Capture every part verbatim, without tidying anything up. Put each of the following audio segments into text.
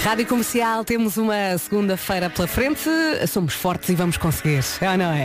Rádio Comercial, temos uma segunda-feira pela frente. Somos fortes e vamos conseguir, é ou não é?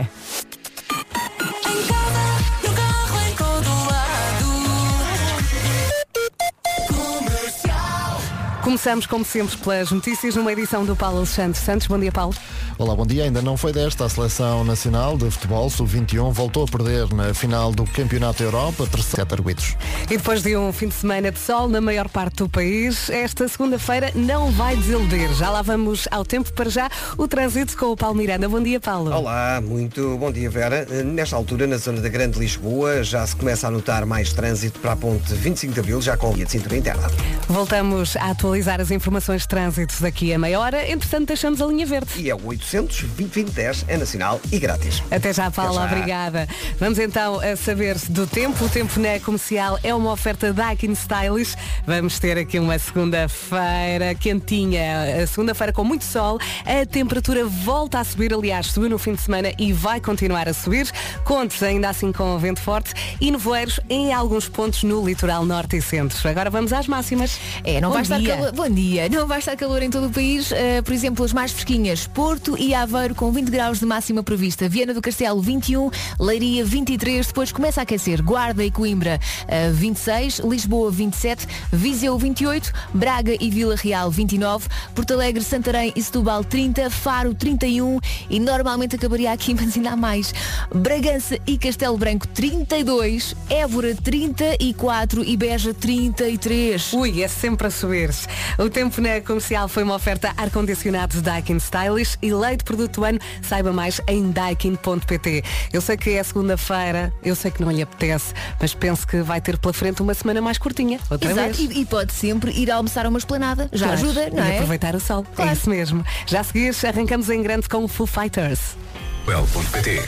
Começamos, como sempre, pelas notícias numa edição do Paulo Alexandre Santos. Bom dia, Paulo. Olá, bom dia. Ainda não foi desta. A Seleção Nacional de Futebol sub vinte e um voltou a perder na final do Campeonato da Europa, terceiro arguidos. E depois de um fim de semana de sol na maior parte do país, esta segunda-feira não vai desiludir. Já lá vamos ao tempo. Para já, o trânsito com o Paulo Miranda. Bom dia, Paulo. Olá, muito bom dia, Vera. Nesta altura, na zona da Grande Lisboa, já se começa a notar mais trânsito para a ponte vinte e cinco de Abril, já com via de cintura interna. Voltamos a atualizar as informações de trânsito daqui a meia hora. Entretanto, deixamos a linha verde. E é o oitocentos, vinte, vinte, dez, é nacional e grátis. Até já, Paula, Até já. Obrigada. Vamos então a saber do tempo. O tempo na Comercial é uma oferta da Daikin Stylish. Vamos ter aqui uma segunda-feira quentinha, a segunda-feira com muito sol. A temperatura volta a subir, aliás, subiu no fim de semana e vai continuar a subir. Contos ainda assim com vento forte e nevoeiros em alguns pontos no litoral norte e centro. Agora vamos às máximas. É, não Bom vai estar dia. calor. Bom dia. Não vai estar calor em todo o país. Uh, por exemplo, as mais fresquinhas. Porto e Aveiro com vinte graus de máxima prevista. Viana do Castelo vinte e um, Leiria vinte e três, depois começa a aquecer. Guarda e Coimbra uh, vinte e seis, Lisboa vinte e sete, Viseu vinte e oito, Braga e Vila Real vinte e nove, Porto Alegre, Santarém e Setúbal trinta, Faro trinta e um e normalmente acabaria aqui, mas ainda há mais. Bragança e Castelo Branco trinta e dois, Évora trinta e quatro e Beja trinta e três. Ui, é sempre a subir. O tempo na Comercial foi uma oferta ar-condicionado Daikin Stylish e leite produto do ano. Saiba mais em daikin ponto pt. Eu sei que é segunda-feira, eu sei que não lhe apetece, mas penso que vai ter pela frente uma semana mais curtinha. Outra Exato, vez. e, e pode sempre ir almoçar a uma esplanada. Já Claro. ajuda, não e é? aproveitar o sol. Claro. É isso mesmo. Já a seguir, arrancamos em grande com o Foo Fighters. well ponto pt.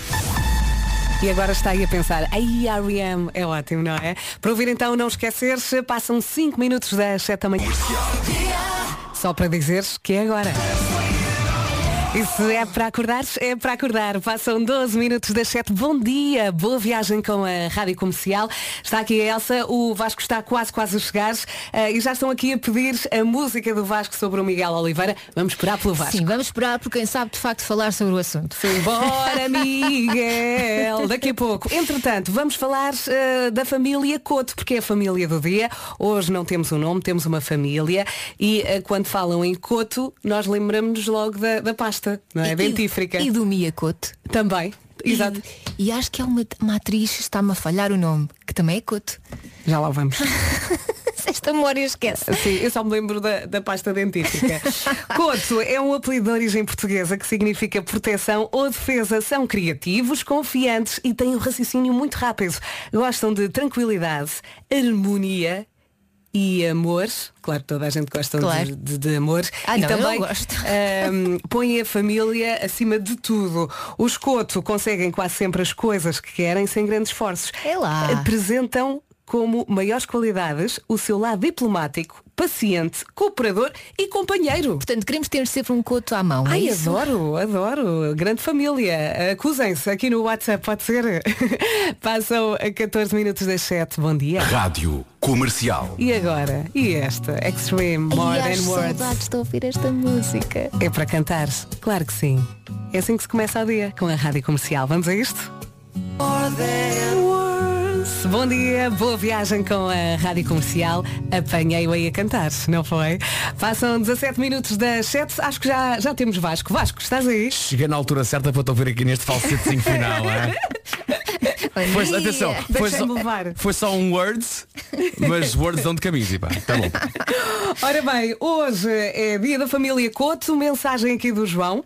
E agora está aí a pensar, aí a R E M é ótimo, não é? Para ouvir então, não esquecer-se, passam cinco minutos das sete da manhã. Só para dizeres que é agora. E se é para acordar, é para acordar. Passam doze minutos das sete. Bom dia, boa viagem com a Rádio Comercial. Está aqui a Elsa, o Vasco está quase, quase a chegar. Uh, e já estão aqui a pedir a música do Vasco sobre o Miguel Oliveira. Vamos esperar pelo Vasco. Sim, vamos esperar por quem sabe de facto falar sobre o assunto. Bora, Miguel! Daqui a pouco. Entretanto, vamos falar uh, da família Couto, porque é a família do dia. Hoje não temos um nome, temos uma família. E uh, quando falam em Couto, nós lembramos-nos logo da, da pasta, não é? E- Dentífrica. E do Mia Couto. Também. Exato. E, e acho que é uma, uma atriz, está-me a falhar o nome, que também é Couto. Já lá vamos. Esta memória esquece. Sim, eu só me lembro da, da pasta dentífrica. Couto é um apelido de origem portuguesa que significa proteção ou defesa. São criativos, confiantes e têm um raciocínio muito rápido. Gostam de tranquilidade, harmonia e amor. Claro, toda a gente gosta Claro. de, de, de amor. Ah, e não, eu também não gosto. ahm, põem a família acima de tudo. Os Couto conseguem quase sempre as coisas que querem sem grandes esforços. É lá. Apresentam como maiores qualidades o seu lado diplomático, paciente, cooperador e companheiro. Portanto, queremos ter sempre um Couto à mão. é Ai, isso? adoro, adoro. Grande família. Acusem-se aqui no WhatsApp, pode ser? Passam a catorze minutos das sete. Bom dia. Rádio Comercial. E agora? E esta? Extreme, More Ai, Than acho Words. saudades de ouvir esta música. É para cantar? Claro que sim. É assim que se começa o dia, com a Rádio Comercial. Vamos a isto? More Than Words. Bom dia, boa viagem com a Rádio Comercial. Apanhei-o aí a cantar, não foi? Passam dezassete minutos das sete. Acho que já, já temos Vasco. Vasco, estás aí? Cheguei na altura certa para te ouvir aqui neste falsetezinho final, é? Foi, Bom atenção, dia. foi só, Deixa-me levar. foi só um words, mas words dão de camisa, pá. Tá bom. Ora bem, hoje é dia da família Couto. Mensagem aqui do João.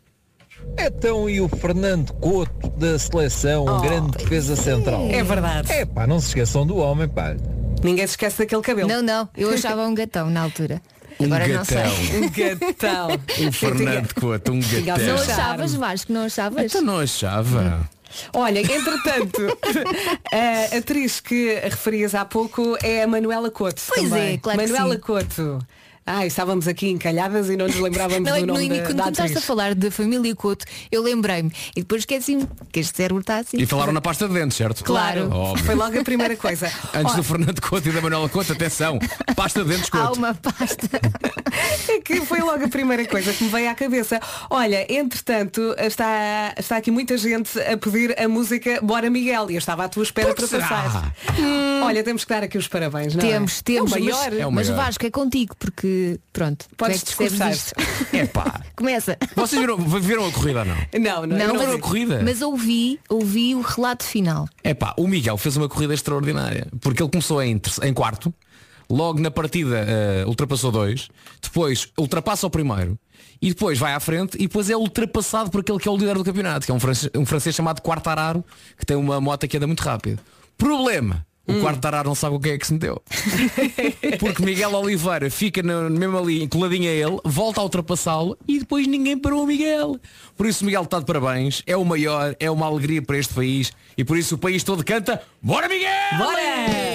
Então, e o Fernando Couto da seleção, um Oh, grande defesa central? É verdade. É pá, não se esqueçam do homem, pá. Ninguém se esquece daquele cabelo. Não, não, eu achava um gatão na altura. Um Agora não gatão. sei. Um gatão. Um Fernando Couto, um Tinha o seu Não gatão. charme. achavas, Vasco? Não achavas? Então não achava. Olha, entretanto, a atriz que referias há pouco é a Manuela Couto. Pois também. é, claro que Manuela sim. Couto. Ah, estávamos aqui encalhadas e não nos lembrávamos Não, é do que no nome início, da, quando da começaste atriz. a falar da família Couto, eu lembrei-me. E depois esqueci-me que este cérebro está assim. E falaram na pasta de dentes, certo? Claro, Óbvio. foi logo a primeira coisa. Antes Ó, do Fernando Couto e da Manuela Couto, atenção, pasta de dentes Há Couto. uma pasta. é que foi logo a primeira coisa que me veio à cabeça. Olha, entretanto, está, está aqui muita gente a pedir a música Bora Miguel. E eu estava à tua espera para será? passar. Hum. Olha, temos que dar aqui os parabéns, não Temos, é? temos. É o maior. Mas, É o mas maior. Vasco, é contigo, porque pronto. Podes tu é que percebes discursar. isto. É pá. Começa. Vocês viram, viram a corrida ou não? Não, não, Não, não, viram mas- a corrida? Mas ouvi, ouvi o relato final. É pá, o Miguel fez uma corrida extraordinária. Porque ele começou em, ter- em quarto. Logo na partida uh, ultrapassou dois. Depois ultrapassa o primeiro. E depois vai à frente e depois é ultrapassado por aquele que é o líder do campeonato, que é um francês, um francês chamado Quartararo, que tem uma moto que anda muito rápido. Problema, o hum. Quartararo não sabe o que é que se meteu. Porque Miguel Oliveira fica no, mesmo ali coladinho a ele, volta a ultrapassá-lo e depois ninguém parou o Miguel. Por isso o Miguel está de parabéns, é o maior, é uma alegria para este país e por isso o país todo canta Bora Miguel! Bora!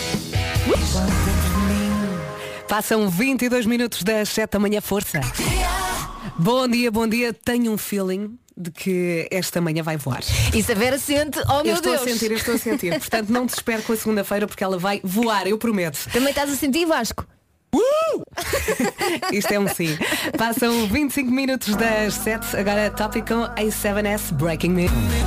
Passam vinte e dois minutos das sete da manhã, força. Bom dia, bom dia. Tenho um feeling de que esta manhã vai voar. E se a Vera sente, oh eu meu estou Deus. a sentir, eu estou a sentir. Portanto, não te espero com a segunda-feira porque ela vai voar, eu prometo. Também estás a sentir, Vasco? Uh! Isto é um sim. Passam vinte e cinco minutos das sete. Agora Topic com A sete S Breaking Me.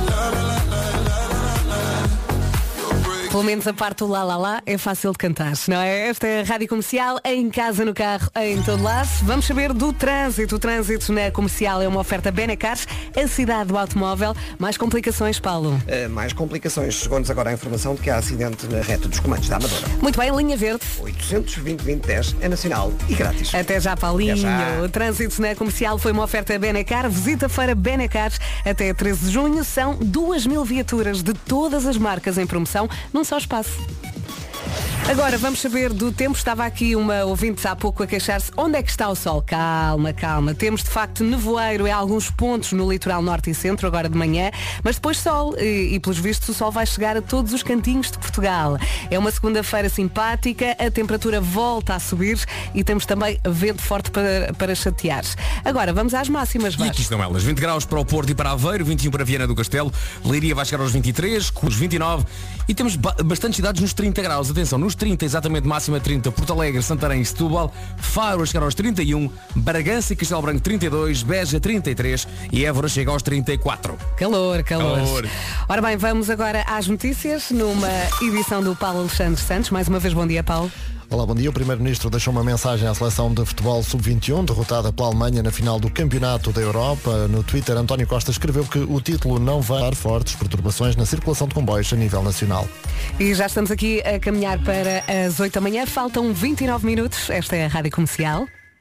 Pelo menos a parte do lá lá lá é fácil de cantar, não é? Esta é a Rádio Comercial, em casa, no carro, em todo lado. Vamos saber do trânsito. O trânsito na Comercial é uma oferta Benacar, a cidade do automóvel. Mais complicações, Paulo? Uh, mais complicações. Chegou-nos agora a informação de que há acidente na reta dos comandos da Amadora. Muito bem, linha verde. oitocentos e vinte, vinte, dez é nacional e grátis. Até já, Paulinho. Até já. O trânsito na Comercial foi uma oferta Benacar. Visita a feira Benacar até treze de junho. São duas mil viaturas de todas as marcas em promoção num só espaço. Agora vamos saber do tempo. Estava aqui uma ouvinte há pouco a queixar-se. Onde é que está o sol? Calma, calma. Temos de facto nevoeiro em alguns pontos no litoral norte e centro, agora de manhã, mas depois sol. E, e pelos vistos o sol vai chegar a todos os cantinhos de Portugal. É uma segunda-feira simpática, a temperatura volta a subir e temos também vento forte para, para chatear. Agora vamos às máximas, E aqui Vasco. estão elas. vinte graus para o Porto e para Aveiro, vinte e um para Viana do Castelo, Leiria vai chegar aos vinte e três, com os vinte e nove e temos ba bastantes cidades nos trinta graus. Atenção, nos trinta, exatamente máxima trinta, Porto Alegre, Santarém e Setúbal, Faro a chegar aos trinta e um, Bragança e Castelo Branco trinta e dois, Beja trinta e três e Évora chega aos trinta e quatro. Calor, calor, Calor. Ora bem, vamos agora às notícias numa edição do Paulo Alexandre Santos. Mais uma vez, bom dia, Paulo. Olá, bom dia. O Primeiro-Ministro deixou uma mensagem à seleção de futebol sub vinte e um, derrotada pela Alemanha na final do Campeonato da Europa. No Twitter, António Costa escreveu que o título não vai dar fortes perturbações na circulação de comboios a nível nacional. E já estamos aqui a caminhar para as oito da manhã. Faltam vinte e nove minutos. Esta é a Rádio Comercial.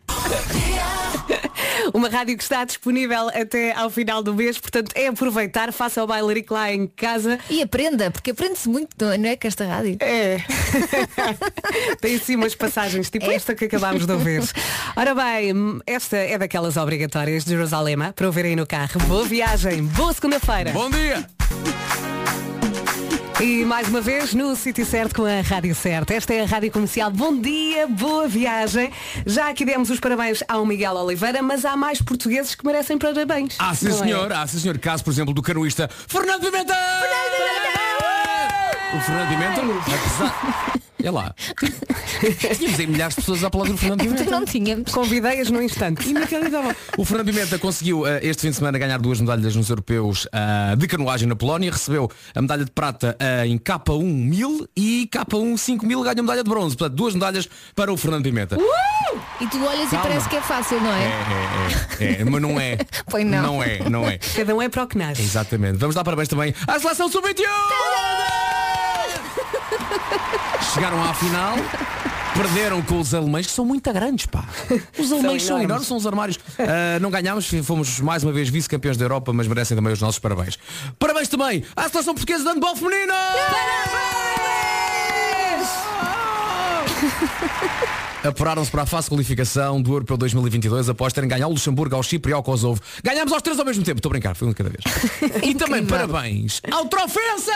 Uma rádio que está disponível até ao final do mês, portanto é aproveitar, faça o bailarico lá em casa. E aprenda, porque aprende-se muito, não é, com esta rádio? É. Tem sim umas passagens, tipo É. esta que acabámos de ouvir. Ora bem, esta é daquelas obrigatórias de Jerusalém, para ouvir aí no carro. Boa viagem, boa segunda-feira. Bom dia! E mais uma vez no sítio certo com a Rádio Certa. Esta é a Rádio Comercial. Bom dia, boa viagem. Já aqui demos os parabéns ao Miguel Oliveira, mas há mais portugueses que merecem parabéns. Ah, sim não é? senhor, ah, sim senhor. Caso, por exemplo, do canoísta Fernando Pimenta! Fernando Pimenta! O Fernando Pimenta, apesar... É lá. Tínhamos aí milhares de pessoas a aplaudir o Fernando Pimenta. Então não tínhamos. Convidei-as no instante. Inacreditável. O Fernando Pimenta conseguiu uh, este fim de semana ganhar duas medalhas nos europeus uh, de canoagem na Polónia. Recebeu a medalha de prata uh, em K um mil e K um cinco mil ganha a medalha de bronze. Portanto, duas medalhas para o Fernando Pimenta. Uh! E tu olhas Calma. e parece que é fácil, não É, é? é, é, é, mas não é. Pois não. Não é, não é. Cada um é para o que nasce. Exatamente. Vamos dar parabéns também à seleção sub vinte e um! Chegaram à final. Perderam com os alemães, que são muito grandes, pá. Os alemães são, enormes. enormes, são os armários. Uh, não ganhámos, fomos mais uma vez vice-campeões da Europa, mas merecem também os nossos parabéns. Parabéns também à seleção portuguesa de handball feminino! Apuraram-se para a fase de qualificação do Europeu dois mil e vinte e dois após terem ganho ao Luxemburgo, ao Chipre e ao Kosovo. Ganhámos aos três ao mesmo tempo. Estou a brincar, foi um de cada vez. E também parabéns ao Trofense!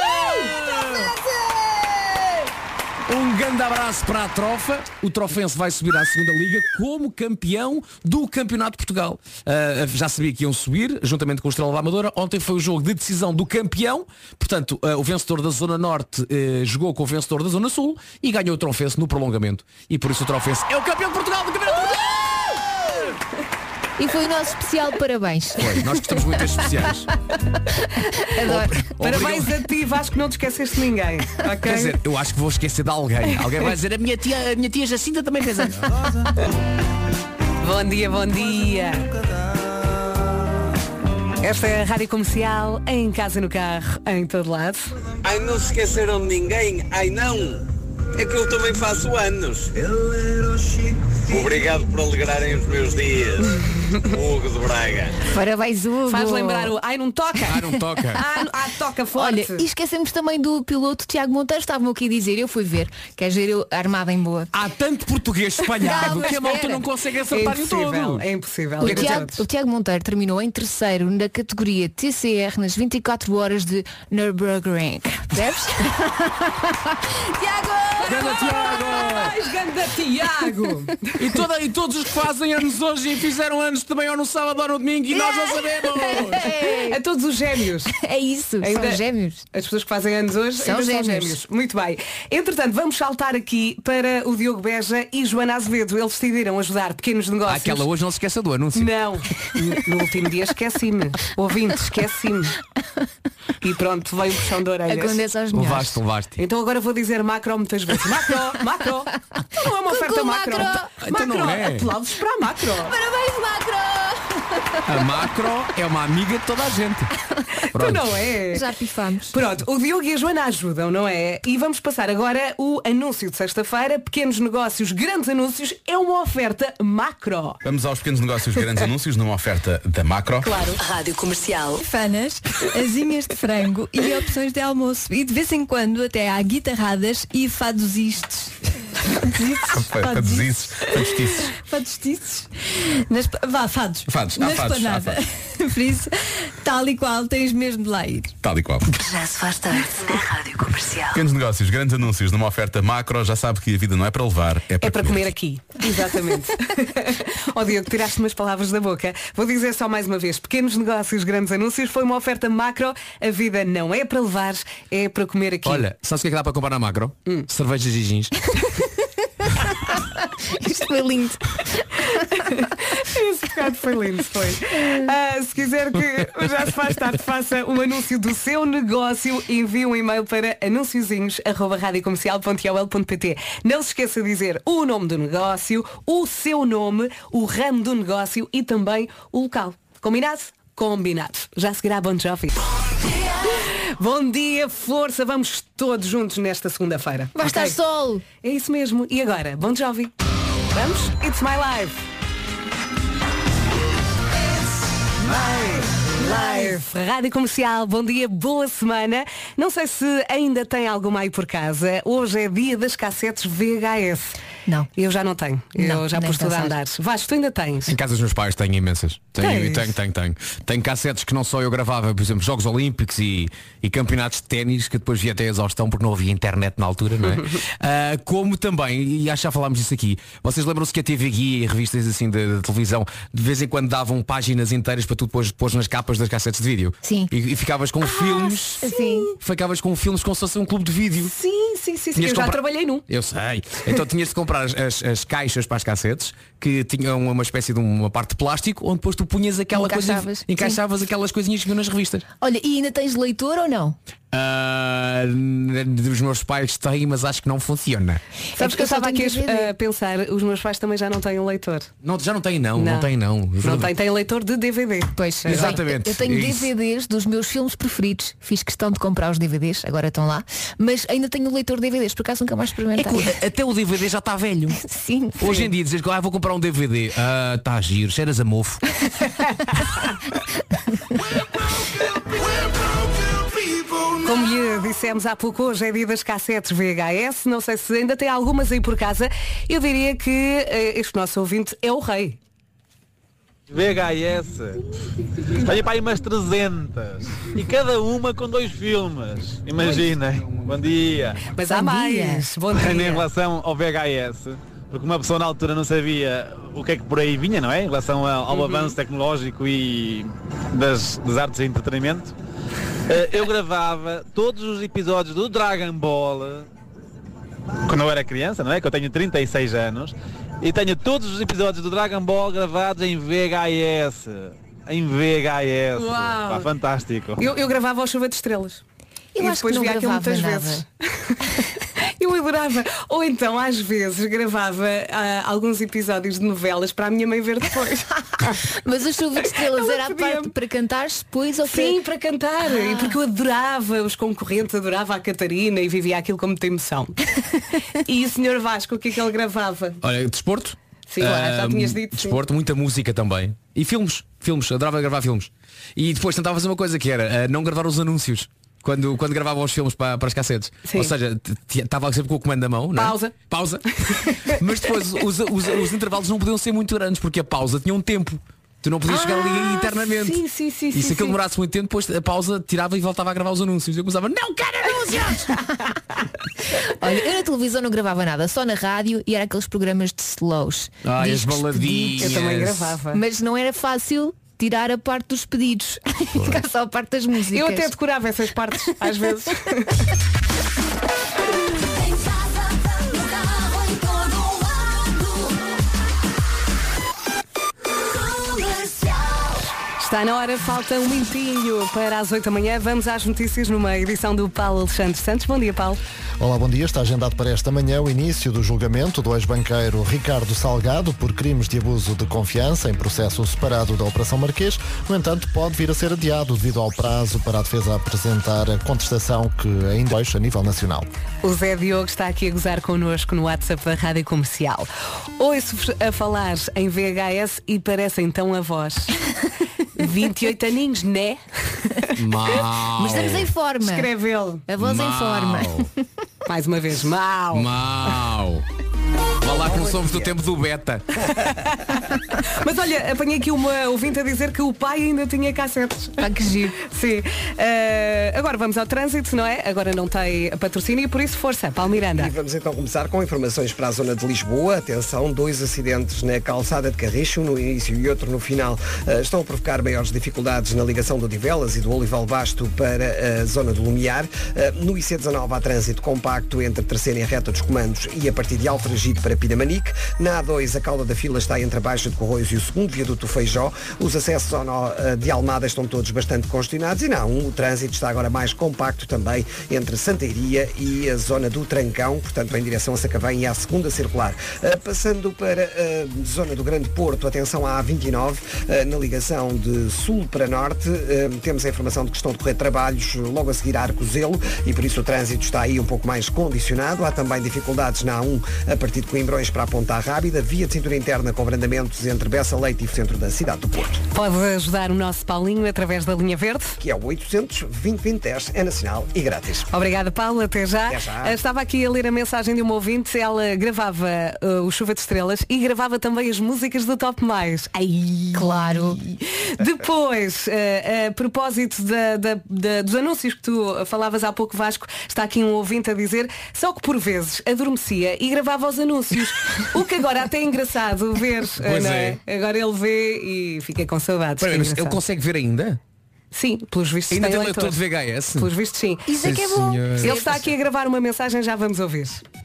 Um grande abraço para a Trofa. O Trofense vai subir à segunda Liga como campeão do Campeonato de Portugal. Uh, já sabia que iam subir, juntamente com o Estrela da Amadora. Ontem foi o jogo de decisão do campeão. Portanto, uh, o vencedor da Zona Norte uh, jogou com o vencedor da Zona Sul e ganhou o Trofense no prolongamento. E por isso o Trofense é o campeão de Portugal do Campeonato de Portugal! E foi o nosso especial parabéns. Foi, nós gostamos muito destes especiais. Adoro. Parabéns a ti, Vasco, não te esqueceste de ninguém. Ok? Quer dizer, eu acho que vou esquecer de alguém. Alguém vai dizer, a minha tia, a minha tia Jacinta também fez anos. Bom dia, bom dia. Esta é a Rádio Comercial, em casa, no carro, em todo lado. Ai, não se esqueceram de ninguém? Ai, não. É que eu também faço anos. Obrigado por alegrarem os meus dias. Hugo de Braga. Parabéns, Hugo. Faz lembrar o ai, não toca. Ah, não toca. Ah, ah, toca Olha, forte. e esquecemos também do piloto Tiago Monteiro. Estavam aqui a dizer, eu fui ver. Queres ver eu armada em boa? Há tanto português espalhado Calma, que a malta espera. não consegue É acertar em impossível, todo. é impossível. O Diga Tiago, todos. o Tiago Monteiro terminou em terceiro na categoria T C R nas vinte e quatro horas de Nürburgring. Percebes? Tiago! Ganda Tiago! Mais ganda Tiago! E, toda, e todos os que fazem anos hoje e fizeram anos também ou no sábado ou no domingo e nós não sabemos. A todos os gêmeos. É isso, Ainda- são gêmeos. As pessoas que fazem anos hoje São ainda gêmeos. são gêmeos. Muito bem. Entretanto, vamos saltar aqui para o Diogo Beja e Joana Azevedo. Eles decidiram ajudar pequenos negócios. Aquela hoje não se esqueça do anúncio. Não. No último dia esqueci-me. Ouvinte, esqueci-me. E pronto, veio o puxão de orelhas. Acontece aos melhores. Levaste, levaste. Então agora vou dizer macro muitas vezes. Macro, macro. Não é uma oferta Cucu, macro. macro. Então não é. Aplausos para a macro. Parabéns, Macro! A Macro é uma amiga de toda a gente. Tu Pronto. não é? Já pifamos. Pronto, o Diogo e a Joana ajudam, não é? E vamos passar agora o anúncio de sexta-feira. Pequenos negócios, grandes anúncios. É uma oferta macro. Vamos aos pequenos negócios, grandes anúncios, numa oferta da Macro. Claro. Rádio Comercial. Fanas, asinhas de frango e opções de almoço. E de vez em quando até há guitarradas e fadosistes. Fadozices, fadostices. Fadostices. Nas, vá, fados. Fados, há Na fados, há esplanada. Por isso, tal e qual, tens mesmo de lá ir. Tal e qual. Já se faz tarde na Rádio Comercial. Pequenos negócios, grandes anúncios, numa oferta Macro. Já sabe que a vida não é para levar, é para, É para comer aqui. Exatamente. Ó Diogo, tiraste-me as palavras da boca. Vou dizer só mais uma vez. Pequenos negócios, grandes anúncios. Foi uma oferta macro. A vida não é para levar, é para comer aqui. Olha, sabes o que é que dá para comprar na Macro? Hum. Cervejas e gins. Isto foi lindo. Esse bocado foi lindo, foi. Ah, se quiser que já se faz tarde, faça um anúncio do seu negócio, envie um e-mail para anunciozinhos arroba radiocomercial ponto i o l ponto p t. Não se esqueça de dizer o nome do negócio, o seu nome, o ramo do negócio e também o local. Combinado? Combinado. Já seguirá Bon Jovi. Bom dia, força, vamos todos juntos nesta segunda-feira. Vai Ok? estar sol. É isso mesmo. E agora, Bon Jovi. Vamos? It's my life. Live, Rádio Comercial, bom dia, boa semana. Não sei se ainda tem alguma aí por casa. Hoje é dia das cassetes V H S. Não. Eu já não tenho. Eu Não, já nem pus tudo a pensar. andar. Vasco, tu ainda tens? Em casa dos meus pais tenho imensas. Tenho, Tens? tenho, tenho, tenho. Tenho cassetes que não só eu gravava, por exemplo, Jogos Olímpicos e, e campeonatos de ténis, que depois via até a exaustão porque não havia internet na altura, não é? Ah, como também, e acho que já falámos disso aqui, vocês lembram-se que a T V Guia e revistas assim de, de televisão de vez em quando davam páginas inteiras para tu depois pôs nas capas das cassetes de vídeo? Sim. E, e ficavas com filmes. Sim. Ficavas com filmes como se fosse um clube de vídeo. Sim, sim, sim. sim. Tinhas Eu de já comprar- trabalhei num. Eu sei. Então tinhas de comprar as, as- as caixas para as cassetes que tinham uma espécie de uma parte de plástico onde depois tu punhas aquela Encaixavas, coisa, sim. encaixavas aquelas coisinhas que viam nas revistas. Olha, e ainda tens leitor ou não? Ah, dos meus pais têm, mas acho que não funciona. Sabes que eu só estava aqui tenho D V D. a pensar, os meus pais também já não têm um leitor. Não, já não tem não, não, Não. tem não. Não tem, tem leitor de D V D. Pois, Exatamente, Eu tenho é isso. D V Ds dos meus filmes preferidos. Fiz questão de comprar os D V Ds, agora estão lá. Mas ainda tenho o leitor de D V Ds, por acaso nunca mais É experimentei. que até o D V D já está velho. Sim. Hoje em dia dizes que ah, vou comprar um D V D. Ah, está a giro, cheiras a mofo. Como lhe dissemos há pouco, hoje é dia das cassetes V H S. Não sei se ainda tem algumas aí por casa. Eu diria que eh, este nosso ouvinte é o rei. V H S. Tenho para aí umas trezentas. E cada uma com dois filmes. Imaginem. Bom dia. Mas Bom há dia. mais. Bom Em dia. relação ao V H S, porque uma pessoa na altura não sabia o que é que por aí vinha, não é? Em relação ao, ao avanço tecnológico e das, das artes de entretenimento. Eh, Eu gravava todos os episódios do Dragon Ball quando eu era criança, não é? Que eu tenho trinta e seis anos. E tenho todos os episódios do Dragon Ball gravados em V H S. Em V H S. Uau. Pá, fantástico. Eu, eu gravava o Chuva de Estrelas. Eu e acho depois que não via aquilo gravava muitas nada. vezes. Eu adorava. Ou então, às vezes, gravava ah, alguns episódios de novelas para a minha mãe ver depois. Mas o Chuva de Estrelas Ela era a podia- parte para cantares depois ou para... Sim, para cantar. E porque eu adorava os concorrentes, adorava a Catarina e vivia aquilo como tem emoção. E o senhor Vasco, o que é que ele gravava? Olha, desporto. Sim, claro, já Ahm, tinhas dito, sim. Desporto, muita música também. E filmes. Filmes. Adorava gravar filmes. E depois tentava fazer uma coisa que era ah, não gravar os anúncios. Quando, quando gravava os filmes para, para as cassetes. Sim. Ou seja, estava sempre com o comando da mão, não é? Pausa. Pausa. Mas depois os, os, os intervalos não podiam ser muito grandes, porque a pausa tinha um tempo. Tu não podias chegar ali internamente. Sim, sim, sim. E se sim, aquilo sim. demorasse muito tempo, depois a pausa tirava e voltava a gravar os anúncios. Eu começava, não quero anúncios! Olha, eu na televisão não gravava nada, só na rádio e era aqueles programas de slows. Ai, as Discos baladinhas. Eu também gravava. Mas não era fácil tirar a parte dos pedidos. Ficar só a parte das músicas. Eu até decorava essas partes, às vezes. Está na hora, falta um minutinho para as oito da manhã. Vamos às notícias numa edição do Paulo Alexandre Santos. Bom dia, Paulo. Olá, bom dia. Está agendado para esta manhã o início do julgamento do ex-banqueiro Ricardo Salgado por crimes de abuso de confiança em processo separado da Operação Marquês. No entanto, pode vir a ser adiado devido ao prazo para a defesa apresentar a contestação que ainda hoje a nível nacional. O Zé Diogo está aqui a gozar connosco no WhatsApp da Rádio Comercial. Ouço-vos a falar em V H S e parece então a voz. vinte e oito aninhos, né? Mau. Mas estamos em forma. Escreve ele. A voz em forma. Mais uma vez, mau. Mau. Vá lá que não somos do tempo do beta. Mas olha, apanhei aqui uma ouvinte a dizer que o pai ainda tinha cassetes. Pá, que giro. Sim. Uh, agora vamos ao trânsito, não é? Agora não tem patrocínio e por isso força, Paulo Miranda. E vamos então começar com informações para a zona de Lisboa. Atenção, dois acidentes na calçada de Carricho, no início e outro no final, uh, estão a provocar maiores dificuldades na ligação do Odivelas e do Olival Basto para a zona do Lumiar. Uh, no I C dezanove há trânsito compacto entre a terceira e a reta dos comandos e a partir de Alfragide para Pinamanique. Na A dois, a cauda da fila está entre a Baixa de Corroios e o segundo viaduto Feijó. Os acessos ao nó de Almada estão todos bastante congestionados e na A um o trânsito está agora mais compacto também entre Santa Iria e a zona do Trancão, portanto em direção a Sacavém e à segunda circular. Uh, passando para a zona do Grande Porto, atenção à A vinte e nove, uh, na ligação de sul para norte, uh, temos a informação de que estão a decorrer trabalhos logo a seguir a Arcozelo e por isso o trânsito está aí um pouco mais condicionado. Há também dificuldades na A um a partir de Coimbrões para a Ponta Rábida, via de cintura interna com abrandamentos entre Bessa Leite e o centro da cidade do Porto. Pode ajudar o nosso Paulinho através da linha verde. Que é o oitocentos, vinte, vinte, dez, é nacional e grátis. Obrigada, Paulo, até já. Até já. Estava aqui a ler a mensagem de uma ouvinte. Ela gravava uh, o Chuva de Estrelas e gravava também as músicas do Top Mais. Ai, claro. Depois, uh, a propósito da, da, da, dos anúncios que tu falavas há pouco, Vasco, está aqui um ouvinte a dizer só que por vezes adormecia e gravava os anúncios. O que agora até é engraçado ver. Pois não é. é? Agora ele vê e fica com saudades. Peraí, Que mas ele engraçado. consegue ver ainda? Sim, pelos vistos Ainda tem tem leitor. leitor de V H S? Pelos vistos sim. Isso é que é Sim, bom. senhor. Ele está aqui a gravar uma mensagem, já vamos ouvir.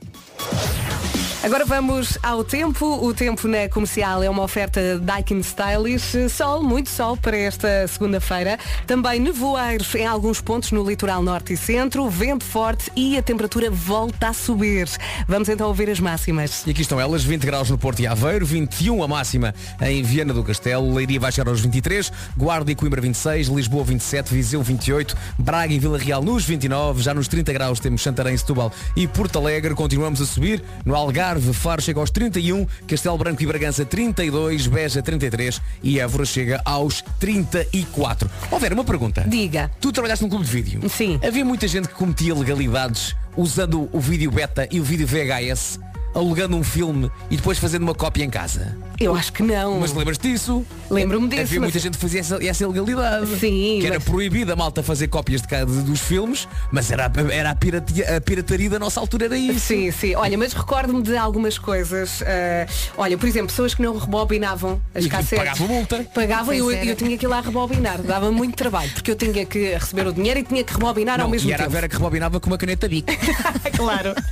Agora vamos ao tempo. O tempo na comercial é uma oferta Daikin Stylish. Sol, muito sol para esta segunda-feira. Também nevoeiros em alguns pontos no litoral norte e centro. Vento forte e a temperatura volta a subir. Vamos então ouvir as máximas. E aqui estão elas, vinte graus no Porto e Aveiro, vinte e um a máxima em Viana do Castelo, Leiria vai chegar aos vinte e três, Guarda e Coimbra vinte e seis, Lisboa vinte e sete, Viseu vinte e oito, Braga e Vila Real nos vinte e nove, já nos trinta graus temos Santarém, Setúbal e Porto Alegre, continuamos a subir, no Algarve, Faro chega aos trinta e um, Castelo Branco e Bragança trinta e dois, Beja trinta e três e Évora chega aos trinta e quatro. Ó Vera, uma pergunta. Diga. Tu trabalhaste num clube de vídeo. Sim. Havia muita gente que cometia legalidades usando o vídeo beta e o vídeo V H S, alugando um filme e depois fazendo uma cópia em casa. Eu acho que não. Mas lembras-te disso? Lembro-me disso. Havia mas- muita gente que fazia essa, essa ilegalidade. Sim, Que era mas- proibida a malta fazer cópias de cada dos filmes, mas era, a- era a, piratia, a pirataria da nossa altura, era isso. Sim, sim. Olha, mas recordo-me de algumas coisas. ah, olha, por exemplo, pessoas que não rebobinavam as E que cassetes. pagavam multa. Pagavam e eu, Pois era. eu tinha que ir lá rebobinar. Dava muito trabalho, porque eu tinha que receber o dinheiro e tinha que rebobinar ao Não, mesmo e era a tempo. Vera que rebobinava com uma caneta bic. Claro.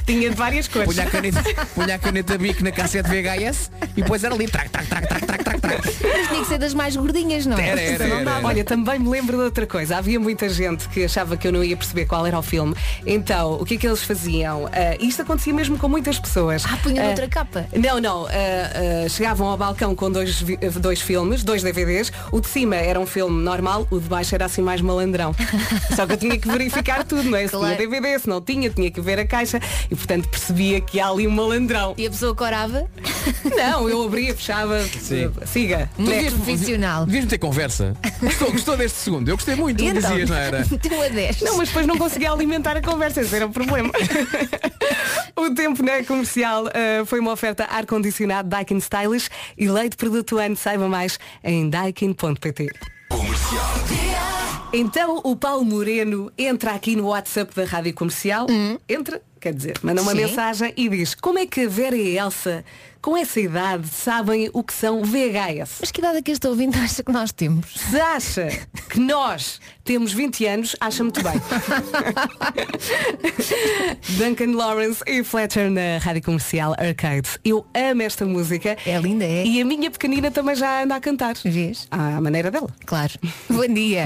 Tinha de várias cores. Punha a caneta, punha a caneta Bic na cassete V H S e depois era ali, trac, trac, trac, trac, trac, trac, trac. Mas tinha que ser das mais gordinhas, não é? Era, era, Não era, dava. era. Olha, também me lembro de outra coisa. Havia muita gente que achava que eu não ia perceber qual era o filme. Então, o que é que eles faziam? Ah, isto acontecia mesmo com muitas pessoas. Ah, punham Ah, outra capa. Não, não. ah, ah, chegavam ao balcão com dois, vi- dois filmes, dois D V Ds. O de cima era um filme normal, o de baixo era assim mais malandrão. Só que eu tinha que verificar tudo, não é? Se Claro. tinha D V D, se não tinha, tinha que ver a caixa. E portanto percebia que há ali um malandrão. E a pessoa corava? Não, eu abria, fechava. Sim. Siga. Muito Next. profissional. Devias ter conversa. Gostou, gostou deste segundo? Eu gostei muito, E tu então? dizias, não era? De um a dez. Não, mas depois não conseguia alimentar a conversa, esse era o problema. O tempo na comercial uh, foi uma oferta ar-condicionado Daikin Stylish e leite produto do ano. Saiba mais em daikin ponto pt. Então o Paulo Moreno entra aqui no WhatsApp da Rádio Comercial. Entra, quer dizer, manda uma Sim. mensagem e diz: como é que a Vera e a Elsa, com essa idade, sabem o que são V H S? Mas que idade é que este ouvinte acha que nós temos? Se acha que nós temos vinte anos, acha muito bem. Duncan Lawrence e Fletcher na Rádio Comercial Arcade. Eu amo esta música. É linda, é? E a minha pequenina também já anda a cantar. Vês? À maneira dela. Claro. Bom dia.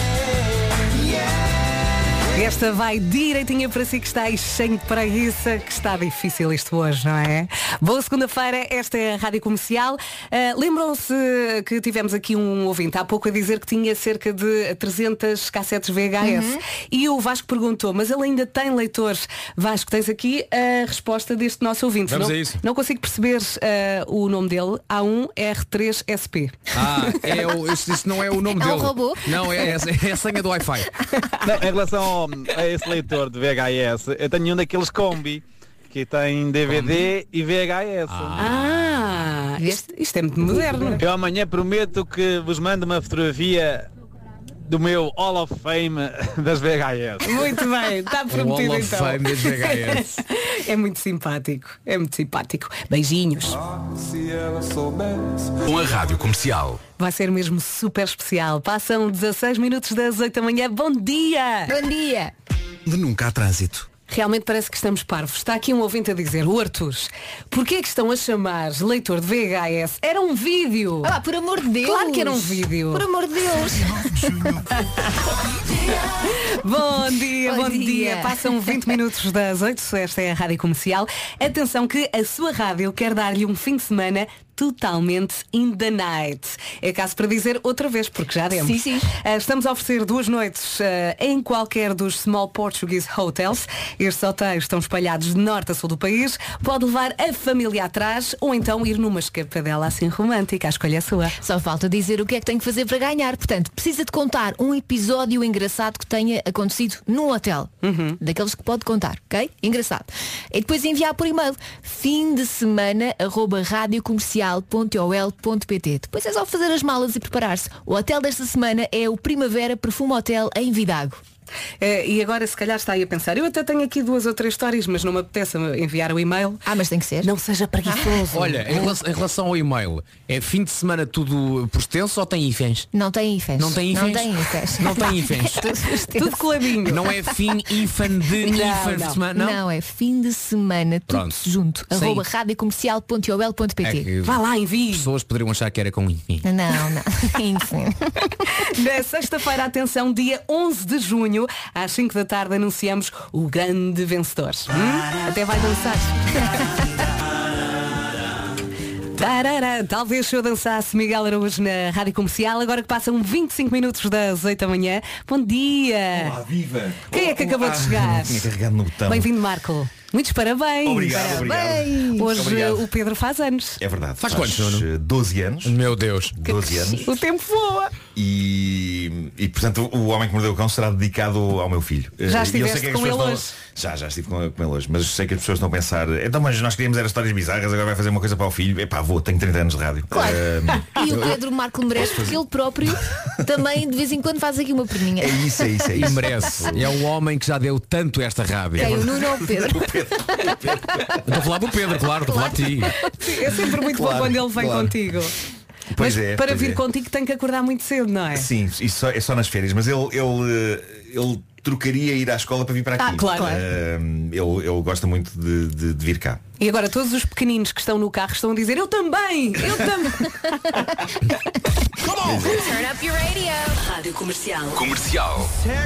Esta vai direitinha para si que está aí cheio de preguiça, que está difícil isto hoje, não é? Boa segunda-feira, esta é a Rádio Comercial. Uh, Lembram-se que tivemos aqui um ouvinte há pouco a dizer que tinha cerca de trezentas cassetes V H S. Uhum. E o Vasco perguntou, mas ele ainda tem leitores? Vasco, tens aqui a resposta deste nosso ouvinte. Vamos não, a isso. não consigo perceber uh, o nome dele. A um R três S P. Ah, é o, isso, isso não é o nome É um dele. robô? Não, é, é, é a senha do Wi-Fi. Não, em relação ao- a esse leitor de V H S, eu tenho um daqueles combi que tem D V D e V H S. Ah, isto, isto é muito moderno. Eu amanhã prometo que vos mando uma fotografia do meu Hall of Fame das V H S. Muito bem, está O prometido Hall of então. Fame das V H S. É muito simpático, é muito simpático. Beijinhos. Com a Rádio Comercial. Vai ser mesmo super especial. Passam dezasseis minutos das oito da manhã. Bom dia! Bom dia. De nunca há trânsito. Realmente parece que estamos parvos. Está aqui um ouvinte a dizer, o Arthur, porquê é que estão a chamar leitor de V H S? Era um vídeo! Ah, por amor de Deus. Claro que era um vídeo. Por amor de Deus. Bom dia, bom, Bom dia. dia. Passam vinte minutos das oito. Esta é a Rádio Comercial. Atenção que a sua rádio quer dar-lhe um fim de semana totalmente in the night. É caso para dizer outra vez, porque já demos. Sim, sim. Ah, estamos a oferecer duas noites ah, em qualquer dos Small Portuguese Hotels. Estes hotéis estão espalhados de norte a sul do país. Pode levar a família atrás ou então ir numa escapadela assim romântica. A escolha é sua. Só falta dizer o que é que tem que fazer para ganhar. Portanto, precisa de contar um episódio engraçado que tenha acontecido num hotel. Daqueles que pode contar, ok? Engraçado. E depois enviar por e-mail fim de semana arroba radiocomercial ponto o l ponto p t. Depois é só fazer as malas e preparar-se. O hotel desta semana é o Primavera Perfume Hotel em Vidago. Eh, e agora se calhar está aí a pensar, eu até tenho aqui duas ou três histórias, mas não me apetece enviar o e-mail. Ah, mas tem que ser. Não seja preguiçoso. Olha, em relação, em relação ao e-mail, é fim de semana tudo por extenso ou tem hífens? Não tem hífens. Não tem hífens? Não tem hífens. Não tem hífens. Tudo coladinho. Não é fim hífen de Não, hífen não. de semana? Não? Não? é fim de semana, tudo Pronto. junto. Sim. Arroba radiocomercial ponto o l ponto p É t. que Vá lá, envie. pessoas poderiam achar que era com hífen. Não, não. Enfim. Na sexta-feira, atenção, dia onze de junho, às cinco da tarde, anunciamos o grande vencedor. Hum? Até vai dançar. Tarará. Talvez se eu dançasse Miguel Araújo na Rádio Comercial, agora que passam vinte e cinco minutos das oito da manhã. Bom dia! Olá, viva! Quem é que acabou de chegar? Tinha carregado no botão. Bem-vindo, Marco. Muitos parabéns. Obrigado, parabéns. Hoje Obrigado. o Pedro faz anos. É verdade. Faz quantos, Nuno? doze anos. Meu Deus. doze anos. O tempo voa. E, e portanto o Homem que Mordeu o Cão será dedicado ao meu filho. Já Eh, e eu estiveste sei que as com pessoas ele estão- Já, já estive com, com ele hoje. Mas sei que as pessoas estão a pensar, então mas nós queríamos era histórias bizarras, agora vai fazer uma coisa para o filho. Epá, vou, tenho trinta anos de rádio. Claro. Eh, E o Pedro Marco merece porque ele próprio também de vez em quando faz aqui uma perninha. é isso, é isso, é E isso. merece. É um homem que já deu tanto esta rádio. Quem? O Nuno ou o Pedro? Estou a falar do Pedro, claro, estou a falar de ti. Sim, é sempre muito Claro, bom quando ele vem claro. contigo. Pois Mas é, para pois vir é. contigo tem que acordar muito cedo, não é? Sim, isso só, é só nas férias, mas ele, ele, ele trocaria ir à escola para vir para aqui. Ah, claro. Uh, ele, ele gosta muito de, de, de vir cá. E agora todos os pequeninos que estão no carro estão a dizer eu também, eu também. Turn up your radio. Rádio Comercial. Comercial.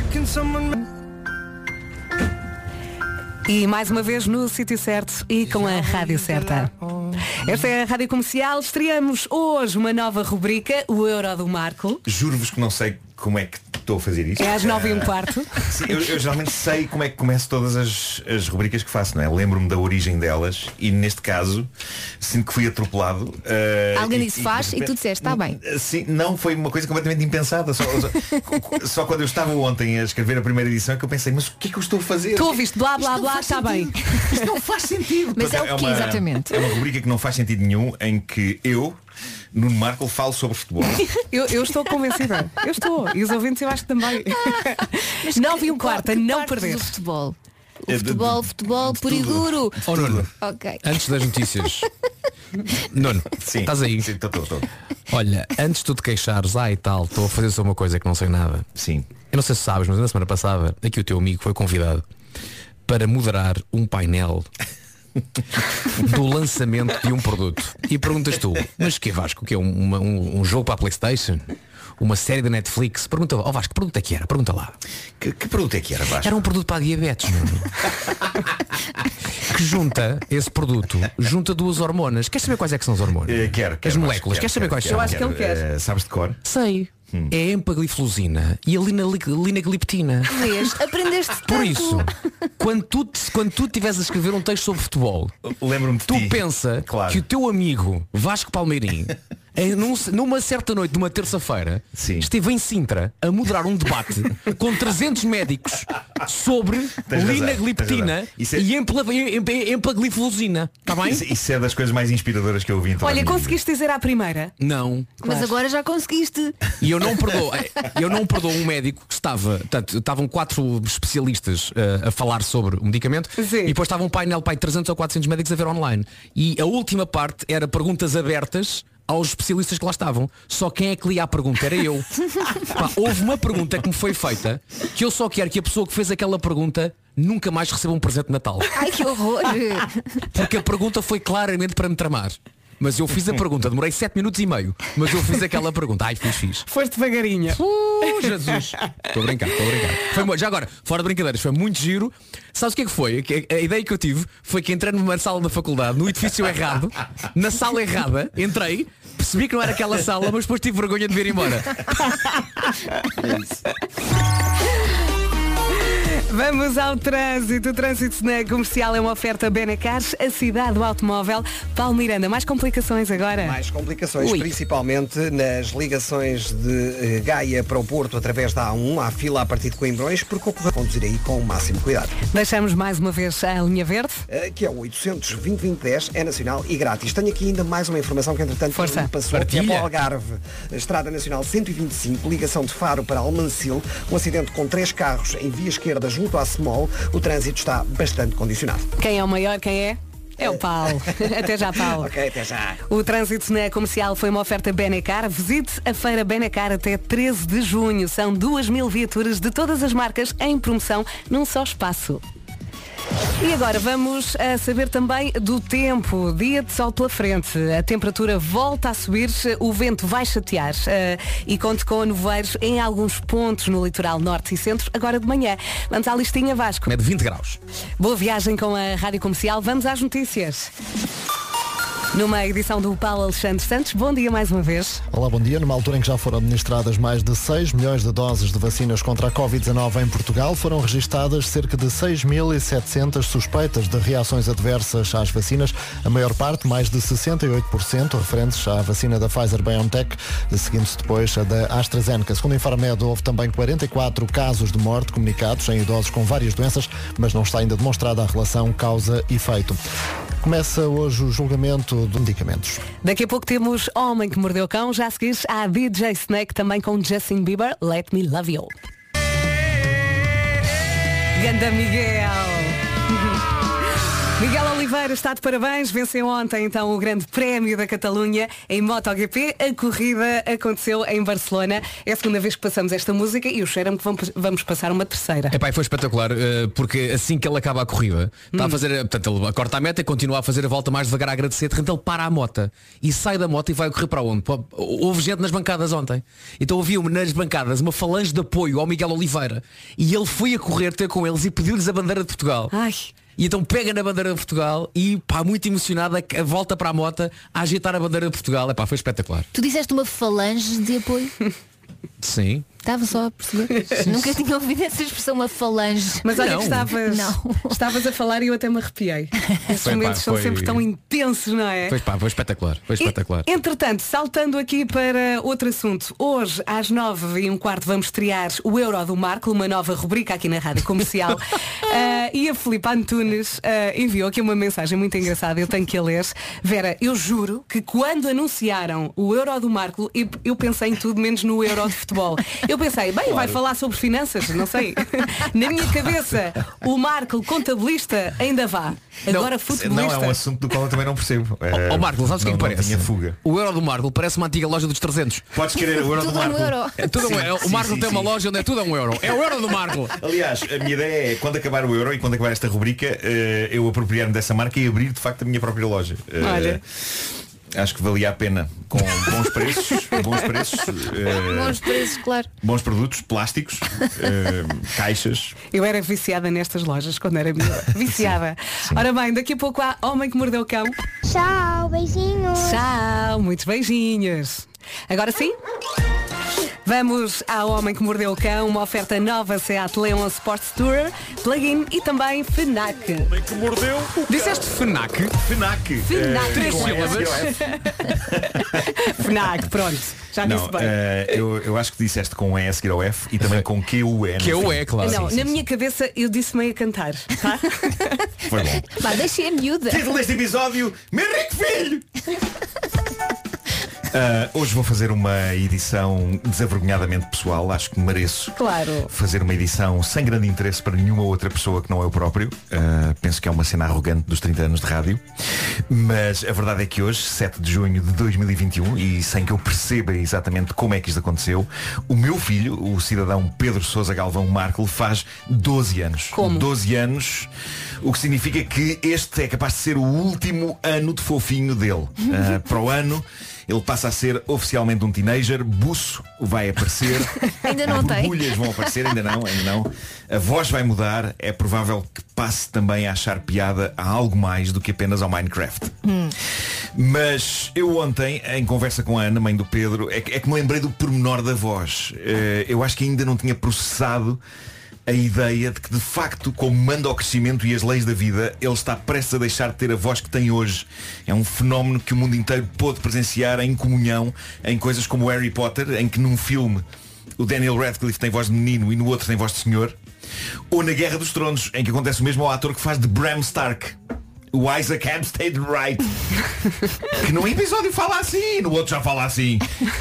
E mais uma vez no sítio certo e com a rádio certa. Esta é a Rádio Comercial. Estreamos hoje uma nova rubrica, o Euro do Marco. Juro-vos que não sei como é que estou a fazer isto. É às nove e um quarto. Sim, eu, eu geralmente sei como é que começo todas as, as rubricas que faço, não é? Lembro-me da origem delas e neste caso sinto que fui atropelado. Uh, Alguém e, disse e, faz e, repente, tu disseste, está bem. Sim, não, foi uma coisa completamente impensada. Só, só, só quando eu estava ontem a escrever a primeira edição é que eu pensei, mas o que é que eu estou a fazer? Tu ouviste blá blá blá, está bem. Isto não faz sentido. Mas é o Portanto, que uma, exatamente? É uma rubrica que não faz sentido nenhum em que eu, Nuno Marco, falo sobre futebol. Eu, eu estou convencida. Eu estou. E os ouvintes eu acho que também. Mas nove e um qual- quarto, que não partes perder. do futebol. O É de- futebol, de- futebol de puro e tudo. duro. Oh, Nuno, Ok. antes das notícias. Nuno, Sim, estás aí? Sim, estou, estou. Olha, antes de tu te queixares, ah e tal, estou a fazer só uma coisa que não sei nada. Sim. Eu não sei se sabes, mas na semana passada aqui o teu amigo foi convidado para moderar um painel do lançamento de um produto. E perguntas tu, mas que Vasco, o que é um, uma- um, um jogo para a PlayStation? Uma série da Netflix? Pergunta, ó Vasco, que produto é que era? Pergunta lá. Que, que produto é que era, Vasco? Era um produto para a diabetes, Nuno. Que junta, esse produto, junta duas hormonas. Queres saber quais é que são as hormonas? Eh, quero, quero, As moléculas. Vasco, Queres saber quero, quais quero, são? Eu acho que ele quer. Eh, sabes de cor? Sei. É a empagliflozina e a linali- linagliptina. Vês? Aprendeste tanto. Por isso, quando tu, te- quando tu estiveres a escrever um texto sobre futebol, Lembro-me de tu ti. pensa Claro. que o teu amigo Vasco Palmeirim, em, num- numa certa noite, numa terça-feira, Sim. esteve em Sintra a moderar um debate com trezentos médicos sobre Tens razão, linagliptina tens razão. Isso é- e empla- em- em- empagliflozina. Está bem? Isso, isso é das coisas mais inspiradoras que eu ouvi em toda a Olha, minha conseguiste dizer à primeira? Não. Mas agora já conseguiste. E eu não perdoo, eu não perdoo um médico que estava, portanto, estavam quatro especialistas uh, a falar sobre o medicamento. Sim. E depois estava um painel para aí trezentos ou quatrocentos médicos a ver online. E a última parte era perguntas abertas aos especialistas que lá estavam. Só quem é que lia a pergunta era eu. Pá, houve uma pergunta que me foi feita que eu só quero que a pessoa que fez aquela pergunta nunca mais receba um presente de Natal. Ai, que horror. Porque a pergunta foi claramente para me tramar. Mas eu fiz a pergunta, demorei sete minutos e meio. Mas eu fiz aquela pergunta. Ai, fiz, fiz. Foste devagarinha. Uh, Jesus. Estou a brincar, estou a brincar. Foi, mu- já agora, fora de brincadeiras, foi muito giro. Sabes o que é que foi? Que- A ideia que eu tive foi que entrei numa sala da faculdade, no edifício errado, na sala errada, entrei, percebi que não era aquela sala, mas depois tive vergonha de vir embora. Vamos ao trânsito. O trânsito na Comercial é uma oferta Benecars, a cidade do automóvel. Paulo Miranda, mais complicações agora? Mais complicações, Ui. principalmente nas ligações de eh, Gaia para o Porto através da A um, há fila a partir de Coimbrões, porque ocorre conduzir aí com o máximo cuidado. Deixamos mais uma vez a linha verde. Eh, que é o oitocentos e vinte, vinte, dez, é nacional e grátis. Tenho aqui ainda mais uma informação que entretanto Força. me passou, que é Partilha. para o Algarve. Estrada Nacional cento e vinte e cinco, ligação de Faro para Almancil, um acidente com três carros em via esquerda junto à Semol. O trânsito está bastante condicionado. Quem é o maior? Quem é? É o Paulo. Até já, Paulo. Ok, até já. O trânsito na Comercial foi uma oferta Benecar. Visite a feira Benecar até treze de junho. São duas mil viaturas de todas as marcas em promoção num só espaço. E agora vamos a saber também do tempo. Dia de sol pela frente. A temperatura volta a subir, o vento vai chatear eh, e conte com nevoeiros em alguns pontos no litoral norte e centro, agora de manhã. Vamos à listinha, Vasco. É de vinte graus. Boa viagem com a Rádio Comercial. Vamos às notícias. Numa edição do Paulo Alexandre Santos. Bom dia mais uma vez. Olá, bom dia. Numa altura em que já foram administradas mais de seis milhões de doses de vacinas contra a covid dezanove em Portugal, foram registadas cerca de seis mil e setecentas suspeitas de reações adversas às vacinas, a maior parte, mais de sessenta e oito por cento, referentes à vacina da Pfizer-BioNTech, seguindo-se depois a da AstraZeneca. Segundo a Infarmed, houve também quarenta e quatro casos de morte comunicados em idosos com várias doenças, mas não está ainda demonstrada a relação causa-efeito. Começa hoje o julgamento de medicamentos. Daqui a pouco temos Homem que Mordeu Cão. Já a seguir há D J Snake também com Justin Bieber. Let Me Love You. Ganda Miguel. Miguel Oliveira está de parabéns, venceu ontem então o Grande Prémio da Catalunha em MotoGP. A corrida aconteceu em Barcelona. É a segunda vez que passamos esta música e o cheiro-me que vamos, vamos passar uma terceira. Epá, foi espetacular, porque assim que ele acaba a corrida, está hum. a fazer, portanto, ele corta a meta e continua a fazer a volta mais devagar a agradecer, de repente ele para a moto e sai da moto e vai correr para onde? Houve gente nas bancadas ontem. Então havia nas bancadas uma falange de apoio ao Miguel Oliveira e ele foi a correr ter com eles e pediu-lhes a bandeira de Portugal. Ai. E então pega na bandeira de Portugal e pá, muito emocionada, volta para a moto a agitar a bandeira de Portugal. Epá, foi espetacular. Tu disseste uma falange de apoio? Sim. Estava só a perceber. Nunca tinha ouvido essa expressão, uma falange. Mas olha não. que estavas, não. estavas a falar e eu até me arrepiei. Esses foi, momentos pá, são foi... sempre tão intensos, não é? Foi, pá, foi espetacular. Foi espetacular. E, entretanto, saltando aqui para outro assunto. Hoje, às nove e um quarto, vamos estrear o Euro do Marco, uma nova rubrica aqui na Rádio Comercial. uh, e a Filipe Antunes uh, enviou aqui uma mensagem muito engraçada. Eu tenho que a ler. Vera, eu juro que quando anunciaram o Euro do Marco, eu, eu pensei em tudo menos no Euro de futebol. Eu pensei, bem, claro. vai falar sobre finanças, não sei. Na minha cabeça, o Marco, contabilista, ainda vá. Agora não, futebolista. Não, é um assunto do qual eu também não percebo. Ó oh, Marco, sabes o que é que parece? Tinha fuga. O Euro do Marco parece uma antiga loja dos trezentos. Podes querer o Euro tudo do Marco. Um euro. É tudo sim, um euro. O Marco sim, tem sim, uma sim. loja onde é tudo um euro. É o Euro do Marco. Aliás, a minha ideia é, quando acabar o Euro e quando acabar esta rubrica, eu apropriar-me dessa marca e abrir de facto a minha própria loja. Olha. Acho que valia a pena, com bons preços, bons preços, uh, bons preços, claro. Bons produtos, plásticos, uh, caixas. Eu era viciada nestas lojas quando era minha. Viciada. Sim, sim. Ora bem, daqui a pouco há Homem que Mordeu o Cão. Tchau, beijinhos. Tchau, muitos beijinhos. Agora sim? Vamos ao Homem que Mordeu o Cão, uma oferta nova Seat Leon Sports Tourer, plug-in e também FNAC. O Homem que Mordeu o Cão. Disseste FNAC? FNAC. FNAC. Três sílabas. FNAC, pronto. Já não, disse bem. Uh, eu, eu acho que disseste com E a seguir ao F e também com Q U E. Q U E, claro. Não, sim, sim, na sim. minha cabeça eu disse meio a cantar. Tá? Foi bom. Vá, deixei a miúda. Título deste episódio, meu rico filho! Uh, hoje vou fazer uma edição desavergonhadamente pessoal. Acho que mereço claro. fazer uma edição sem grande interesse para nenhuma outra pessoa que não eu próprio. Uh, penso que é uma cena arrogante dos trinta anos de rádio. Mas a verdade é que hoje, sete de junho de dois mil e vinte e um, e sem que eu perceba exatamente como é que isto aconteceu, o meu filho, o cidadão Pedro Sousa Galvão Marco, faz doze anos. Como? doze anos, o que significa que este é capaz de ser o último ano de fofinho dele. Uh, para o ano ele passa a ser oficialmente um teenager, buço vai aparecer, ainda não tem. borbulhas vão aparecer, ainda não, ainda não. A voz vai mudar, é provável que passe também a achar piada a algo mais do que apenas ao Minecraft. Hum. Mas eu ontem, em conversa com a Ana, mãe do Pedro, é que, é que me lembrei do pormenor da voz. Uh, eu acho que ainda não tinha processado a ideia de que, de facto, como manda o crescimento e as leis da vida, ele está prestes a deixar de ter a voz que tem hoje. É um fenómeno que o mundo inteiro pôde presenciar em comunhão em coisas como Harry Potter, em que num filme o Daniel Radcliffe tem voz de menino e no outro tem voz de senhor. Ou na Guerra dos Tronos, em que acontece o mesmo ao ator que faz de Bram Stark, o Isaac Hampstead Wright, que num episódio fala assim, no outro já fala assim.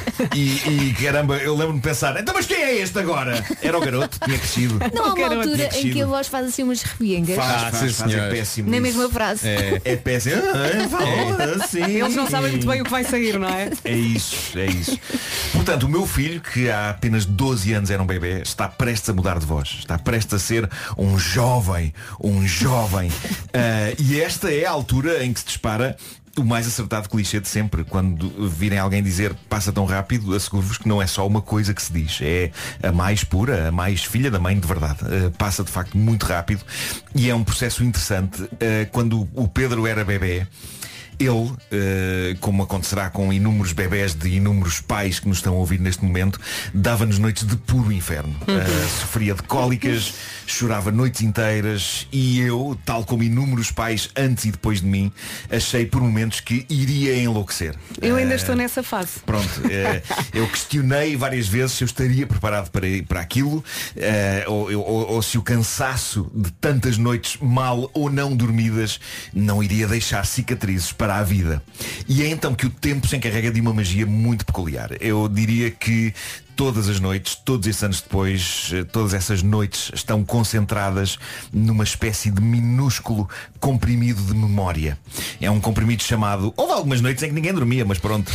E, e caramba, eu lembro-me de pensar, então mas quem é este agora? Era o garoto, tinha crescido. Não há uma garoto, altura em que a voz faz assim umas repiengas. Faz, Ah, faz, sim, faz, é senhor. péssimo. Na isso. mesma frase. É, é péssimo. Ah, fala assim. Eles não sabem muito bem o que vai sair, não é? É isso, é isso. Portanto, o meu filho, que há apenas doze anos era um bebê, está prestes a mudar de voz. Está prestes a ser um jovem, um jovem. Uh, e esta é a altura em que se dispara o mais acertado clichê de sempre. Quando virem alguém dizer passa tão rápido, asseguro-vos que não é só uma coisa que se diz. É a mais pura, a mais filha da mãe de verdade. Uh, passa de facto muito rápido. E é um processo interessante. Uh, quando o Pedro era bebê, ele, uh, como acontecerá com inúmeros bebés de inúmeros pais que nos estão a ouvir neste momento, dava-nos noites de puro inferno. Uh, sofria de cólicas, chorava noites inteiras e eu, tal como inúmeros pais antes e depois de mim, achei por momentos que iria enlouquecer. Eu ainda uh, estou nessa fase. Pronto, uh, eu questionei várias vezes se eu estaria preparado para, para aquilo, uh, ou, ou, ou se o cansaço de tantas noites mal ou não dormidas não iria deixar cicatrizes para para a vida. E é então que o tempo se encarrega de uma magia muito peculiar. Eu diria que todas as noites, todos esses anos depois, todas essas noites estão concentradas numa espécie de minúsculo comprimido de memória. É um comprimido chamado... Houve algumas noites em que ninguém dormia, mas pronto.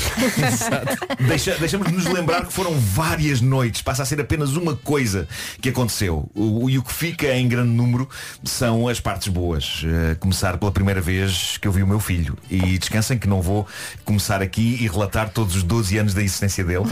Deixa, deixamos de nos lembrar que foram várias noites. Passa a ser apenas uma coisa que aconteceu. O, e o que fica em grande número são as partes boas. Uh, começar pela primeira vez que eu vi o meu filho. E descansem que não vou começar aqui e relatar todos os doze anos da existência dele.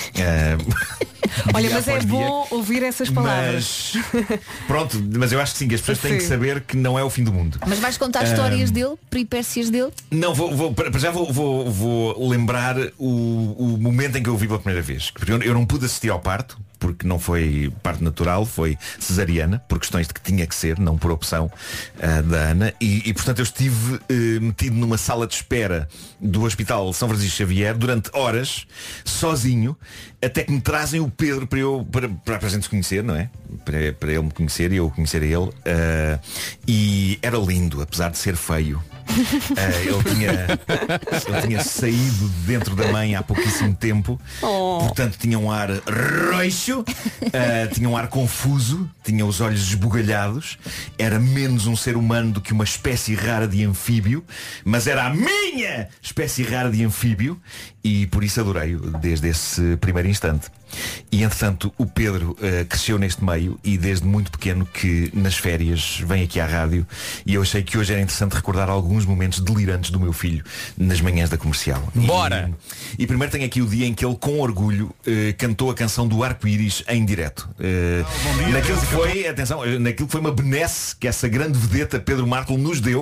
Uh, Olha, mas é bom ouvir essas palavras. Mas, pronto, mas eu acho que sim, que as pessoas têm que saber que não é o fim do mundo. Mas vais contar um, histórias dele, peripécias dele? Não, vou, vou, para já vou, vou, vou lembrar o, o momento em que eu o vi pela primeira vez. Porque eu, eu não pude assistir ao parto, porque não foi parto natural, foi cesariana, por questões de que tinha que ser, não por opção uh, da Ana. E, e portanto eu estive uh, metido numa sala de espera do Hospital São Francisco Xavier durante horas, sozinho, até que me trazem o Pedro para, eu, para, para a gente se conhecer, não é? Para, para ele me conhecer e eu conhecer a ele. Uh, e era lindo, apesar de ser feio. Uh, ele, tinha, ele tinha saído dentro da mãe há pouquíssimo tempo. Oh. Portanto tinha um ar roxo, uh, tinha um ar confuso, tinha os olhos esbugalhados. Era menos um ser humano do que uma espécie rara de anfíbio. Mas era a minha espécie rara de anfíbio. E por isso adorei-o desde esse primeiro instante. E entretanto o Pedro uh, cresceu neste meio. E desde muito pequeno que nas férias vem aqui à rádio. E eu achei que hoje era interessante recordar alguns momentos delirantes do meu filho nas manhãs da Comercial. Bora! E, e primeiro tem aqui o dia em que ele com orgulho uh, cantou a canção do Arco-Íris em direto. uh, Naquilo que foi, atenção, naquilo que foi uma benesse que essa grande vedeta Pedro Marco nos deu.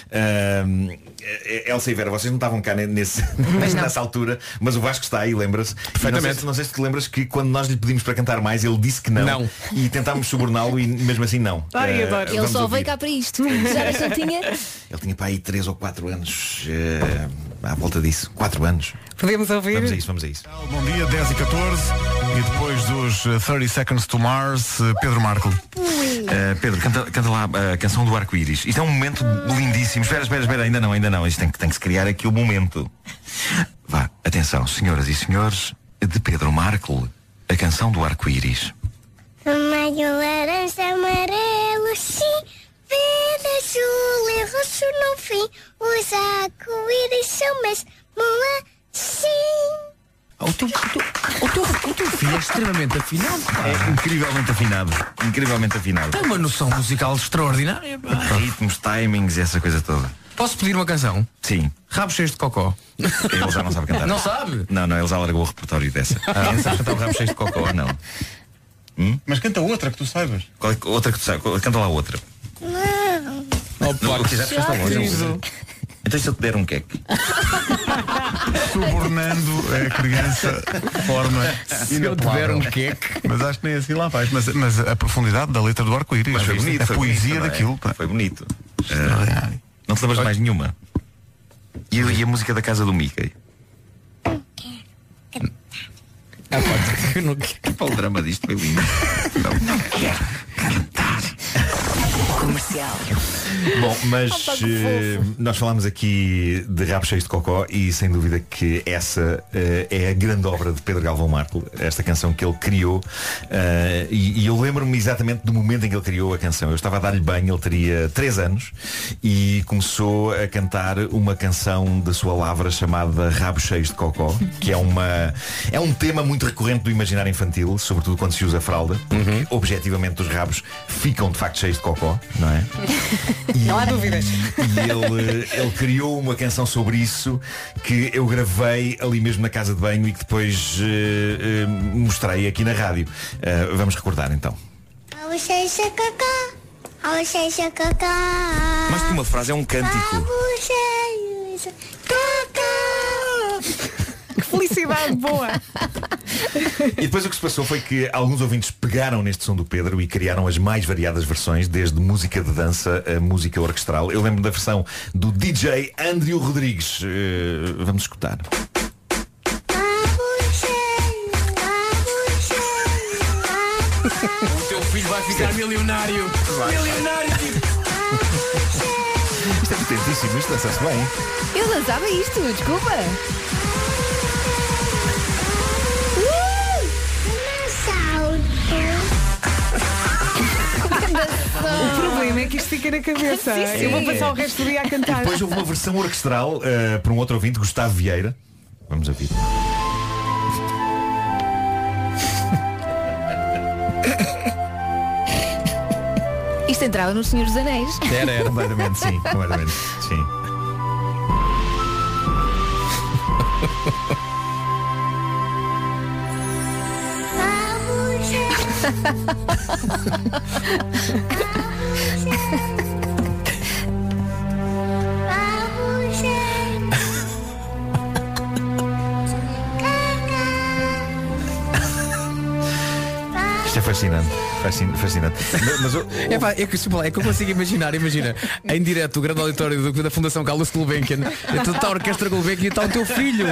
uh, Elsa e Vera, vocês não estavam cá nesse, nessa altura, mas o Vasco está aí, lembra-se. Perfeitamente. Não sei, não sei se te lembras que quando nós lhe pedimos para cantar mais, ele disse que não, não. E tentámos suborná-lo e mesmo assim não. Ai, uh, ele só ouvir. Veio cá para isto. Já não tinha. Ele tinha para aí três ou quatro anos, uh, à volta disso. quatro anos. Podemos ouvir? Vamos a isso, vamos a isso. Bom dia, dez e catorze. E depois dos thirty Seconds to Mars, Pedro Marco. Uh, Pedro, canta, canta lá a canção do Arco-Íris. Isto é um momento lindíssimo. Espera, espera, espera, ainda não, ainda não. Isto tem, tem que se criar aqui o momento. Vá, atenção, senhoras e senhores, de Pedro Marco, a canção do Arco-Íris. Vermelho, laranja, amarelo, sim. Verde, azul e roxo no fim. Os arco-íris são mesmo assim. O teu, o, teu, o, teu, o teu filho é extremamente afinado. É incrivelmente afinado. Incrivelmente afinado. Tem uma noção musical extraordinária. Ritmos, timings e essa coisa toda. Posso pedir uma canção? Sim. Rabos cheios de cocó. Ele já não sabe cantar. Não sabe? Não, não, ele já largou o repertório dessa. Ah, não sabes cantar o Rabos cheios de cocó, não. Hum? Mas canta outra que tu saibas. Qual é, outra que tu saibas? Canta lá outra. Não. Opa, não, quiser, já longe. Então se eu te der um queque. Subornando a criança de forma se eu te der um queque. Mas acho que nem assim lá vais. Mas, mas a profundidade da letra do Arco-Íris, foi bonito, a foi poesia bonito, daquilo. É? Foi bonito. Uh, não te lembras de mais nenhuma? E, e a música da casa do Mickey? Ah, pode. Não quero. Para o drama disto foi lindo. Não, não quero cantar. Comercial. Bom, mas oh, uh, nós falámos aqui de Rabos Cheios de Cocó e sem dúvida que essa uh, é a grande obra de Pedro Galvão Marco, esta canção que ele criou. uh, e, e eu lembro-me exatamente do momento em que ele criou a canção. Eu estava a dar-lhe banho, ele teria três anos e começou a cantar uma canção da sua lavra chamada Rabos Cheios de Cocó, que é uma é um tema muito recorrente do imaginário infantil, sobretudo quando se usa fralda. Uhum. Objetivamente os rabos ficam de facto cheios de cocó, não é? E, não há dúvidas. E ele, ele criou uma canção sobre isso que eu gravei ali mesmo na casa de banho e que depois uh, uh, mostrei aqui na rádio. Uh, vamos recordar então. Mas de uma frase é um cântico. Que felicidade boa. E depois o que se passou foi que alguns ouvintes pegaram neste som do Pedro e criaram as mais variadas versões, desde música de dança a música orquestral. Eu lembro da versão do D J Andrew Rodrigues. Uh, vamos escutar. O teu filho vai ficar milionário. Vai. Milionário. Isto é potentíssimo, isto dança-se bem. Eu dançava isto, desculpa. O problema é que isto fica na cabeça. Sim, sim. Eu vou passar o resto do dia a cantar. Depois houve uma versão orquestral uh, por um outro ouvinte, Gustavo Vieira. Vamos ouvir. Isto entrava no Senhor dos Anéis. Era, era. Completamente, sim. Completamente, sim. Isto é fascinante. Fascin- Fascinante. Mas, mas, o- É, pá, é, que, é que eu consigo imaginar, imagina, em direto o grande auditório do- da Fundação Carlos Gulbenkian, então está a Orquestra Gulbenkian e está o teu filho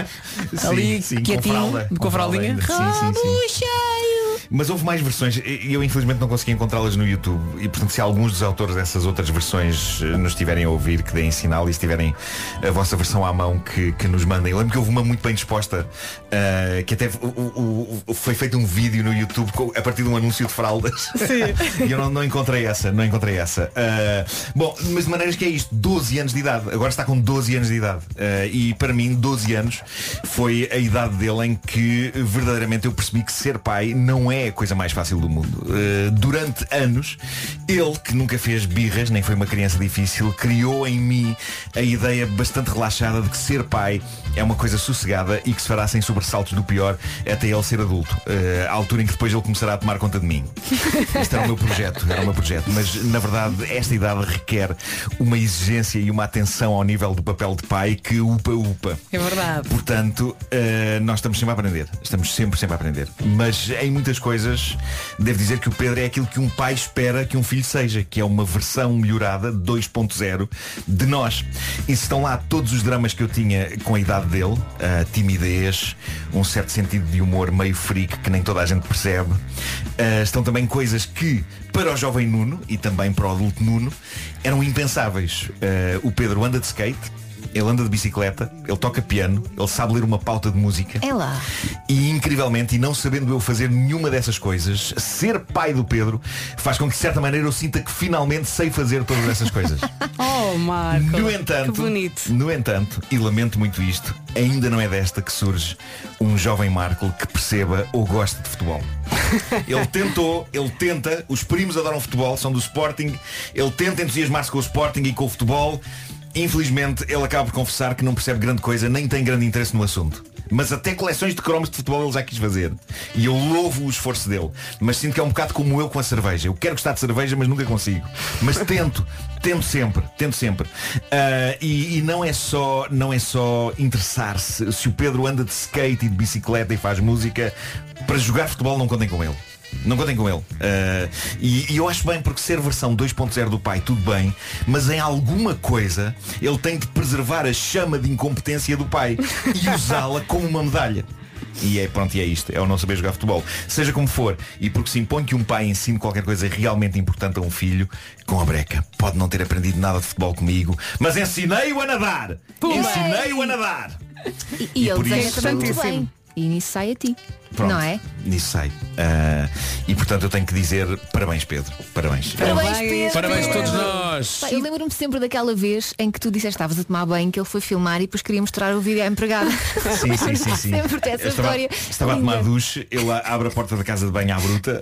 ali sim, com quietinho, fralda, com, com a fraldinha. fralda ainda. Sim, sim, sim. Mas houve mais versões e eu infelizmente não consegui encontrá-las no YouTube. E portanto, se alguns dos autores dessas outras versões eh, nos estiverem a ouvir, que deem sinal, e se tiverem a vossa versão à mão, que, que nos mandem. Eu lembro que houve uma muito bem disposta, eh, que até o- o- o- foi feito um vídeo no YouTube com- a partir de um anúncio de fraldas. Sim. E eu não, não encontrei essa, não encontrei essa. Eh, bom, mas de maneiras que é isto, doze anos de idade. Agora está com doze anos de idade. Eh, e para mim, doze anos foi a idade dele em que verdadeiramente eu percebi que ser pai não é a coisa mais fácil do mundo. Uh, durante anos, ele, que nunca fez birras, nem foi uma criança difícil, criou em mim a ideia bastante relaxada de que ser pai é uma coisa sossegada e que se fará sem sobressaltos do pior até ele ser adulto. Uh, à altura em que depois ele começará a tomar conta de mim. Este era o meu projeto, era o meu projeto. Mas, na verdade, esta idade requer uma exigência e uma atenção ao nível do papel de pai que upa-upa. É verdade. Portanto, uh, nós estamos sempre a aprender. Estamos sempre, sempre a aprender. Mas em muitas coisas, devo dizer que o Pedro é aquilo que um pai espera que um filho seja, que é uma versão melhorada dois ponto zero de nós. E se estão lá todos os dramas que eu tinha com a idade dele, a timidez, um certo sentido de humor meio freak que nem toda a gente percebe, uh, estão também coisas que, para o jovem Nuno e também para o adulto Nuno, eram impensáveis. Uh, o Pedro anda de skate, ele anda de bicicleta, ele toca piano, ele sabe ler uma pauta de música. É lá. E incrivelmente, e não sabendo eu fazer nenhuma dessas coisas, ser pai do Pedro faz com que de certa maneira eu sinta que finalmente sei fazer todas essas coisas. Oh, Marco. No entanto, que bonito. no entanto, e lamento muito isto, ainda não é desta que surge um jovem Marco que perceba ou goste de futebol. Ele tentou, ele tenta, os primos adoram futebol, são do Sporting, ele tenta entusiasmar-se com o Sporting e com o futebol. Infelizmente, ele acaba por confessar que não percebe grande coisa, nem tem grande interesse no assunto. Mas até coleções de cromos de futebol ele já quis fazer. E eu louvo o esforço dele. Mas sinto que é um bocado como eu com a cerveja. Eu quero gostar de cerveja, mas nunca consigo. Mas tento, tento sempre, tento sempre. Uh, e, e não é só, não é só interessar-se. Se o Pedro anda de skate e de bicicleta e faz música, para jogar futebol não contem com ele. Não contem com ele. Uh, e, e eu acho bem, porque ser versão dois ponto zero do pai, tudo bem, mas em alguma coisa ele tem de preservar a chama de incompetência do pai e usá-la como uma medalha. E é, pronto, e é isto, é o não saber jogar futebol. Seja como for, e porque se impõe que um pai ensine qualquer coisa realmente importante a um filho, com a breca. Pode não ter aprendido nada de futebol comigo, mas ensinei-o a nadar. Ensinei-o a nadar. E, e, E ele por desenha isso- também muito bem. E nisso sai a ti. Pronto, Não é? nisso sei. Uh, e portanto eu tenho que dizer parabéns, Pedro. Parabéns. Parabéns, Pedro. Parabéns a todos nós. Pá, eu lembro-me sempre daquela vez em que tu disseste que estavas a tomar banho, que ele foi filmar e depois queria mostrar o vídeo à empregada. Sim, sim, sim, sim. Sempre tem essa Eu estava, história. estava a tomar linda. duche, ele abre a porta da casa de banho à bruta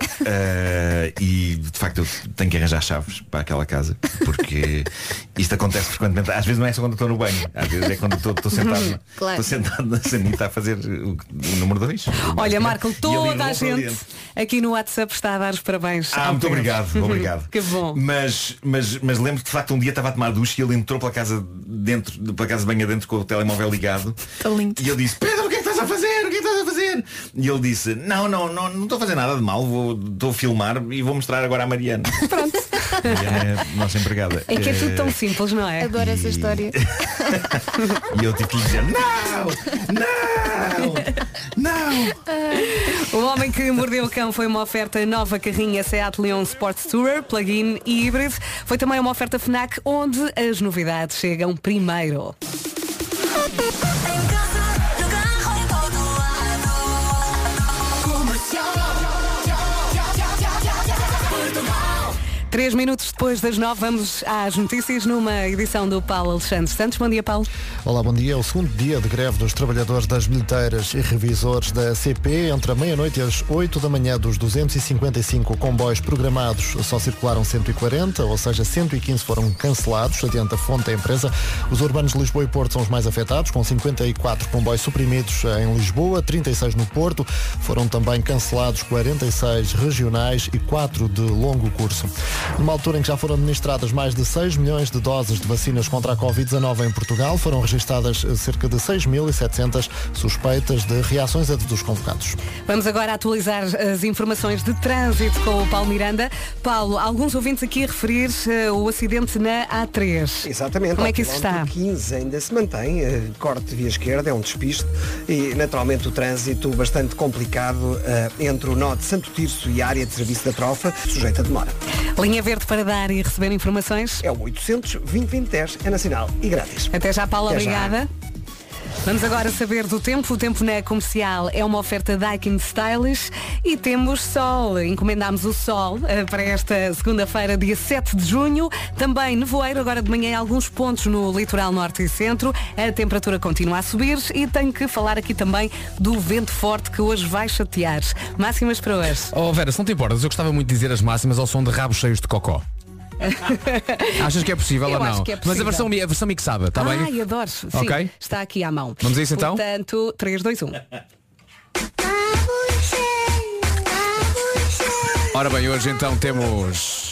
uh, e de facto eu tenho que arranjar chaves para aquela casa, porque isto acontece frequentemente. Às vezes não é só quando estou no banho, às vezes é quando estou, estou sentado, Claro. estou sentado na sanita a fazer o, o número dois. Olha, Marco, E ali toda a vou para gente dentro. aqui no WhatsApp está a dar os parabéns. Ah, ao muito Pedro. obrigado, obrigado. Que bom. Mas, mas, mas lembro que de facto um dia estava a tomar duche e ele entrou pela casa dentro, pela casa de banho adentro com o telemóvel ligado. E eu disse, Pedro, o que é que estás a fazer? O que é que estás a fazer? E ele disse, não, não, não, não estou a fazer nada de mal, vou, estou a filmar e vou mostrar agora à Mariana. Pronto. A Mariana é a nossa empregada. É que é tudo Eh, tão simples, não é? Adoro essa história. E eu tive que lhe dizer, não, não, não. O Homem que Mordeu o Cão foi uma oferta nova carrinha Seat Leon Sport Tourer, plug-in e híbrido. Foi também uma oferta FNAC, onde as novidades chegam primeiro. Três minutos depois das nove, vamos às notícias numa edição do Paulo Alexandre Santos. Bom dia, Paulo. Olá, bom dia. É o segundo dia de greve dos trabalhadores das bilheteiras e revisores da C P. Entre a meia-noite e as oito da manhã, dos duzentos e cinquenta e cinco comboios programados, só circularam cento e quarenta, ou seja, cento e quinze foram cancelados, adianta a fonte da empresa. Os urbanos de Lisboa e Porto são os mais afetados, com cinquenta e quatro comboios suprimidos em Lisboa, trinta e seis no Porto. Foram também cancelados quarenta e seis regionais e quatro de longo curso. Numa altura em que já foram administradas mais de seis milhões de doses de vacinas contra a covid dezanove em Portugal, foram registadas cerca de seis mil e setecentas suspeitas de reações a dos convocados. Vamos agora atualizar as informações de trânsito com o Paulo Miranda. Paulo, alguns ouvintes aqui a referir uh, o acidente na A três. Exatamente. Como é que isso está? quinze ainda se mantém, uh, corte de via esquerda, é um despiste e naturalmente o trânsito bastante complicado uh, entre o nó de Santo Tirso e a área de serviço da Trofa, sujeita a demora. Linha verde para dar e receber informações? É o oitocentos, vinte, vinte, dez, é nacional e grátis. Até já, Paulo, Até obrigada. Já. Vamos agora saber do tempo. O tempo na comercial é uma oferta Daikin Stylish e temos sol. Encomendámos o sol uh, para esta segunda-feira, dia sete de junho. Também nevoeiro, agora de manhã, em alguns pontos no litoral norte e centro. A temperatura continua a subir e tenho que falar aqui também do vento forte que hoje vai chatear. Máximas para hoje. Oh Vera, se não te importas, eu gostava muito de dizer as máximas ao som de rabos cheios de cocó. Achas que é possível Eu ou não? acho que é Mas a possível. versão, a versão mixada, está bem? Ai, adoro. Sim, Ok. está aqui à mão. Vamos a isso então? Portanto, três, dois, um. Ora bem, hoje então temos...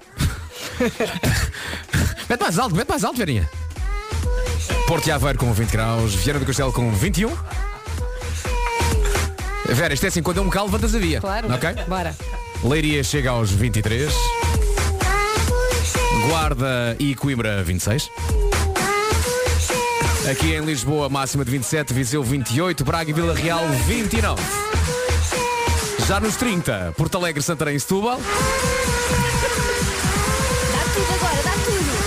Mete mais alto, mete mais alto, Verinha. Porto e Aveiro com vinte graus, Viana do Castelo com vinte e um. Vera, isto é assim, quando é um calo, levantas a via. Claro, Ok? bora. Leiria chega aos vinte e três. Guarda e Coimbra vinte e seis. Aqui em Lisboa, máxima de vinte e sete, Viseu vinte e oito, Braga e Vila Real vinte e nove. Já nos trinta, Porto Alegre, Santarém e Setúbal. Dá tudo agora, dá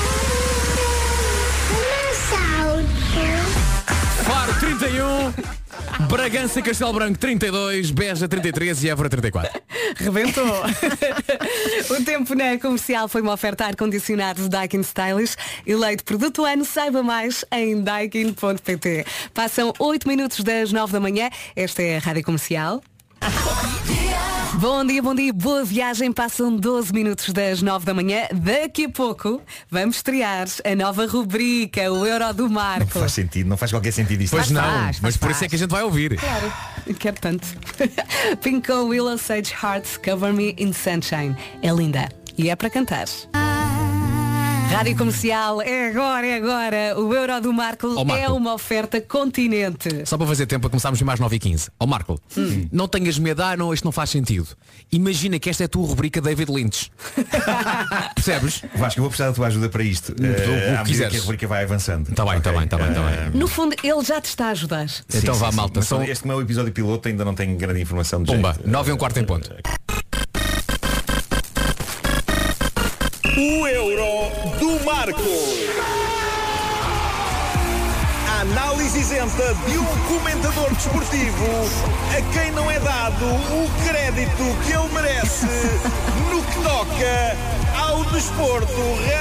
tudo. Faro trinta e um, Bragança e Castelo Branco trinta e dois, Beja trinta e três e Évora trinta e quatro. Rebentou. O tempo na comercial foi uma oferta ar-condicionado Daikin Stylish. Eleito produto do ano, saiba mais em daikin ponto pt. Passam oito minutos das nove da manhã. Esta é a Rádio Comercial. Bom dia, bom dia, boa viagem. Passam doze minutos das nove da manhã. Daqui a pouco vamos estrear a nova rubrica, o Euro do Marco. Não faz sentido, não faz qualquer sentido isto. Pois não, faz, mas faz, por isso é que a gente vai ouvir. Claro, quero tanto. Pink com Willow Sage Hearts, Cover Me in Sunshine. É linda e é para cantar. Rádio Comercial, é agora, é agora. O Euro do Marco, Oh, Marco. é uma oferta Continente. Só para fazer tempo, a começarmos em mais nove e quinze. Ó Marco, Hum. não tenhas medo, ah, não, isto não faz sentido. Imagina que esta é a tua rubrica David Lynch. Percebes? Vasco, eu vou precisar da tua ajuda para isto. O que Eh, à medida quiseres. que a rubrica vai avançando. Está bem, está Ok? bem, está bem, está bem. Eh, No fundo, ele já te está a ajudar. Então sim, vá, sim, malta. mas São... Este como é o episódio piloto, ainda não tenho grande informação de Pumba, jeito. nove e um quarto em ponto. O Euro do Marco. A análise isenta de um comentador desportivo a quem não é dado o crédito que ele merece no que toca ao desporto.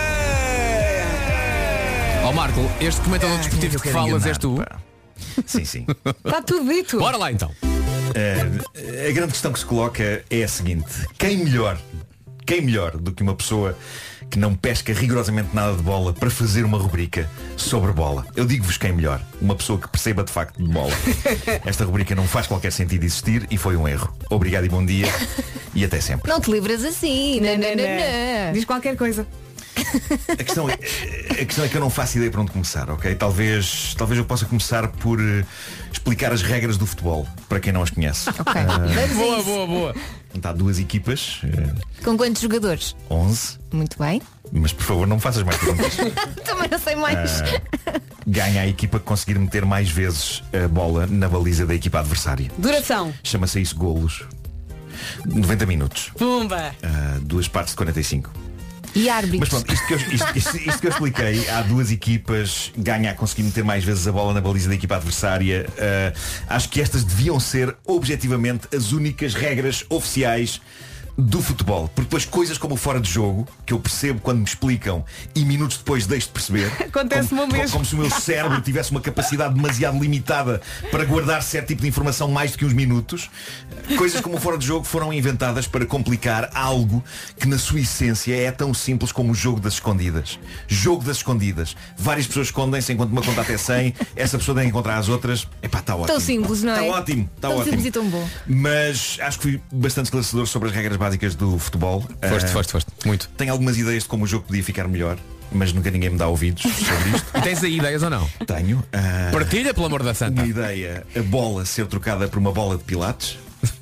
Ó Marco, este comentador desportivo eu que quero falas enganar, és tu. pá. Sim, sim. Está tudo dito. Bora lá então. Eh, a grande questão que se coloca é a seguinte: quem melhor, quem melhor do que uma pessoa que não pesca rigorosamente nada de bola para fazer uma rubrica sobre bola? Eu digo-vos quem melhor, uma pessoa que perceba de facto de bola. Esta rubrica não faz qualquer sentido existir e foi um erro. Obrigado e bom dia e até sempre. Não te livras assim. Não, não, não, não. Diz qualquer coisa. A questão, é, a questão é que eu não faço ideia para onde começar, ok? Talvez, talvez eu possa começar por eh, explicar as regras do futebol, para quem não as conhece. Ok, Ah, vamos a Boa, isso. boa, boa. Há duas equipas, eh, Com quantos jogadores? onze, Muito bem. mas por favor não me faças mais perguntas. Também não sei mais. Ah, ganha a equipa que conseguir meter mais vezes a bola na baliza da equipa adversária. Duração. Chama-se isso golos. noventa minutos. Pumba. Uh, duas partes de quarenta e cinco. E árbitros. Mas pronto, isto que, eu, isto, isto, isto que eu expliquei, há duas equipas, ganha a conseguir meter mais vezes a bola na baliza da equipa adversária. Uh, acho que estas deviam ser objetivamente as únicas regras oficiais do futebol, porque depois coisas como o fora de jogo, que eu percebo quando me explicam e minutos depois deixo de perceber, acontece-me como, mesmo. como se o meu cérebro tivesse uma capacidade demasiado limitada para guardar certo tipo de informação mais do que uns minutos. Coisas como o fora de jogo foram inventadas para complicar algo que na sua essência é tão simples como o jogo das escondidas. Jogo das escondidas. Várias pessoas escondem-se enquanto uma conta até cem, essa pessoa deve encontrar as outras. Epá, está ótimo. Tão simples, não é? Está ótimo, está tão ótimo. simples e tão bom. Mas acho que fui bastante esclarecedor sobre as regras básicas do futebol. Foste, uh, foste, foste. Muito. Tenho algumas ideias de como o jogo podia ficar melhor, mas nunca ninguém me dá ouvidos sobre isto. E tens aí ideias ou não? Tenho. Uh, Partilha, pelo amor da santa. Uma ideia, a bola ser trocada por uma bola de pilates.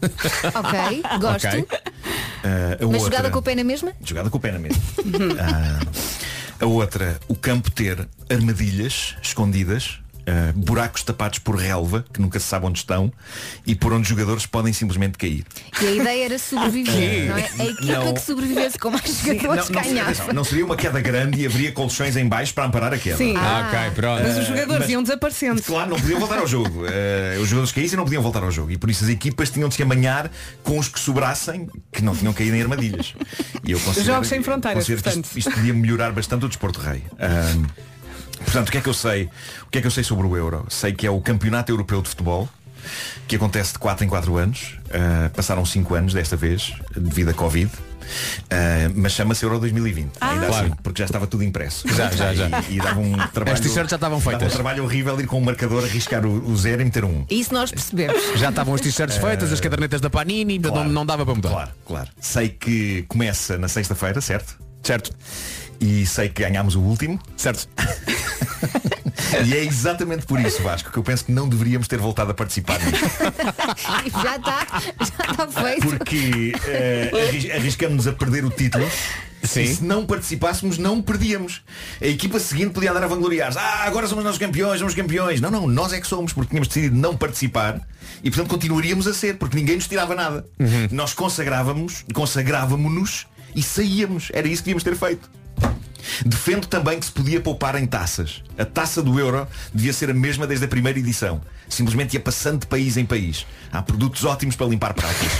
Ok, gosto. Okay. Uh, Mas outra, jogada com o pé na mesma? Jogada com o pé na mesma. uh, a outra, o campo ter armadilhas escondidas. Uh, buracos tapados por relva, que nunca se sabe onde estão, e por onde os jogadores podem simplesmente cair. E a ideia era sobreviver, não é? A equipa Não. que sobrevivesse com mais Sim, jogadores não, não, ganhava. seria, não seria uma queda grande e haveria colchões em baixo para amparar a queda. Sim. Ah, ok, pronto. Mas os jogadores mas- iam desaparecendo. Claro, não podiam voltar ao jogo. Uh, os jogadores caíssem e não podiam voltar ao jogo. E por isso as equipas tinham de se amanhar com os que sobrassem, que não tinham caído em armadilhas. E eu considero, Jogos sem fronteiras, considero que isto, portanto. isto podia melhorar bastante o desporto rei. Um, portanto, o que é que eu sei? O que é que eu sei sobre o Euro? Sei que é o Campeonato Europeu de Futebol, que acontece de quatro em quatro anos. Uh, passaram cinco anos desta vez, devido à Covid. Uh, mas chama-se Euro dois mil e vinte. Ah. Ainda Claro. assim, porque já estava tudo impresso. Já, já, já. E, e dava um trabalho. As t-shirts já estavam dava feitas. um trabalho horrível ir com o marcador, arriscar o, o zero e meter um. Isso nós percebemos. Já estavam as t-shirts feitas, as cadernetas da Panini, Claro. não, não dava para mudar. Claro, claro. Sei que começa na sexta-feira, certo? Certo. E sei que ganhámos o último. Certo. E é exatamente por isso, Vasco, que eu penso que não deveríamos ter voltado a participar nisto. Já está, já está feito. Porque eh, arris- arriscamos-nos a perder o título. Sim. E se não participássemos, não perdíamos. A equipa seguinte podia andar a vangloriar-se. Ah, agora somos nós os campeões, somos campeões. Não, não, nós é que somos, porque tínhamos decidido não participar. E portanto continuaríamos a ser, porque ninguém nos tirava nada. Uhum. Nós consagrávamos, consagrávamos-nos e saíamos. Era isso que devíamos ter feito. Defendo também que se podia poupar em taças. A taça do Euro devia ser a mesma desde a primeira edição. Simplesmente ia passando de país em país. Há produtos ótimos para limpar pratos.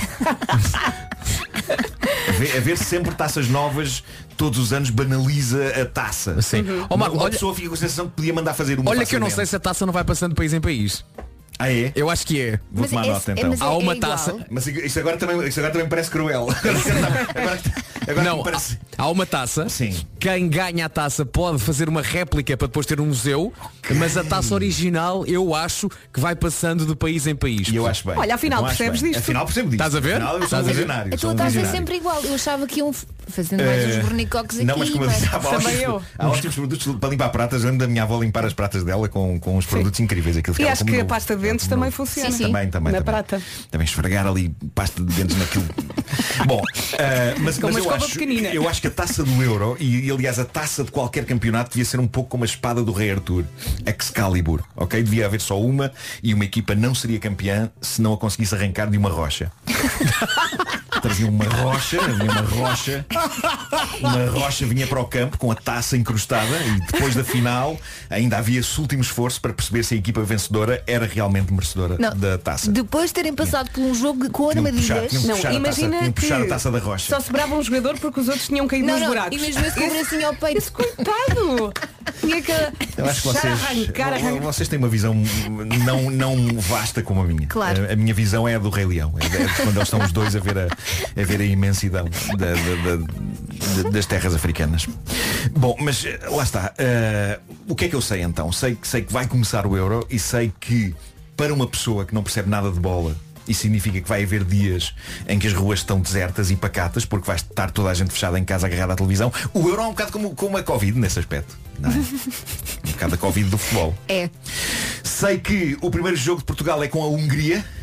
Haver, haver sempre taças novas todos os anos banaliza a taça. Sim. Uhum. Ó, Marco, uma olha- pessoa fica com a sensação que podia mandar fazer uma Olha que eu não sei facilmente. se a taça não vai passando de país em país. Ah, é? Eu acho que é. Vou Mas tomar esse- nota é- então. mas é- Há uma é igual. taça. Mas isso agora também, isso agora também parece cruel. Agora, agora Não, me parece... há uma taça. Sim. Quem ganha a taça pode fazer uma réplica para depois ter um museu, mas a taça original eu acho que vai passando de país em país. E eu acho bem. Olha, afinal, Então acho percebes bem. disto? Afinal percebo disto. Estás a ver? Afinal, eu sou Estás um a ver? visionário. A sou tua um taça é visionário. sempre igual. Eu achava que iam fazendo mais uns vernicoques aqui. Não, mas como eu disse, há Também ótimos, eu. há ótimos produtos para limpar pratas. Eu lembro da minha avó limpar as pratas dela com, com uns produtos incríveis. Aquilo E ficava acho como que a novo. pasta de dentes Como também novo. funciona. Sim, sim. Também, também, Na também. prata. Também esfregar ali pasta de dentes naquilo. Bom, ah, mas, Com mas uma eu, escova acho, pequenina. eu acho que a taça do Euro e, e aliás a taça de qualquer campeonato devia ser um pouco como a espada do Rei Arthur, Excalibur, ok? Devia haver só uma e uma equipa não seria campeã se não a conseguisse arrancar de uma rocha. Trazia uma rocha, havia uma rocha, uma rocha vinha para o campo com a taça encrustada e depois da final ainda havia esse último esforço para perceber se a equipa vencedora era realmente merecedora Não, da taça. Depois de terem passado por um jogo com Tinham que puxar, armadilhas. tinham que Não, puxar a taça, imagina tinham que puxar que a taça da rocha. Só sobrava um jogador porque os outros tinham caído Não, nos não, buracos. e mesmo esse com o bracinho ao peito. Esse coitado! Tinha que Eu acho que puxar, vocês, arrancar, arrancar. vocês têm uma visão não, não vasta como a minha. Claro. A, a minha visão é a do Rei Leão. É de, é de quando eles estão os dois a ver a, a, ver a imensidão da- da- da- da- das terras africanas. Bom, mas eh, lá está. Eh, o que é que eu sei então? Sei, que- sei que vai começar o Euro e sei que para uma pessoa que não percebe nada de bola, isso significa que vai haver dias em que as ruas estão desertas e pacatas, porque vai estar toda a gente fechada em casa agarrada à televisão. O Euro é um bocado como, como a Covid nesse aspecto, não é? Um bocado a Covid do futebol. É. Sei que o primeiro jogo de Portugal é com a Hungria.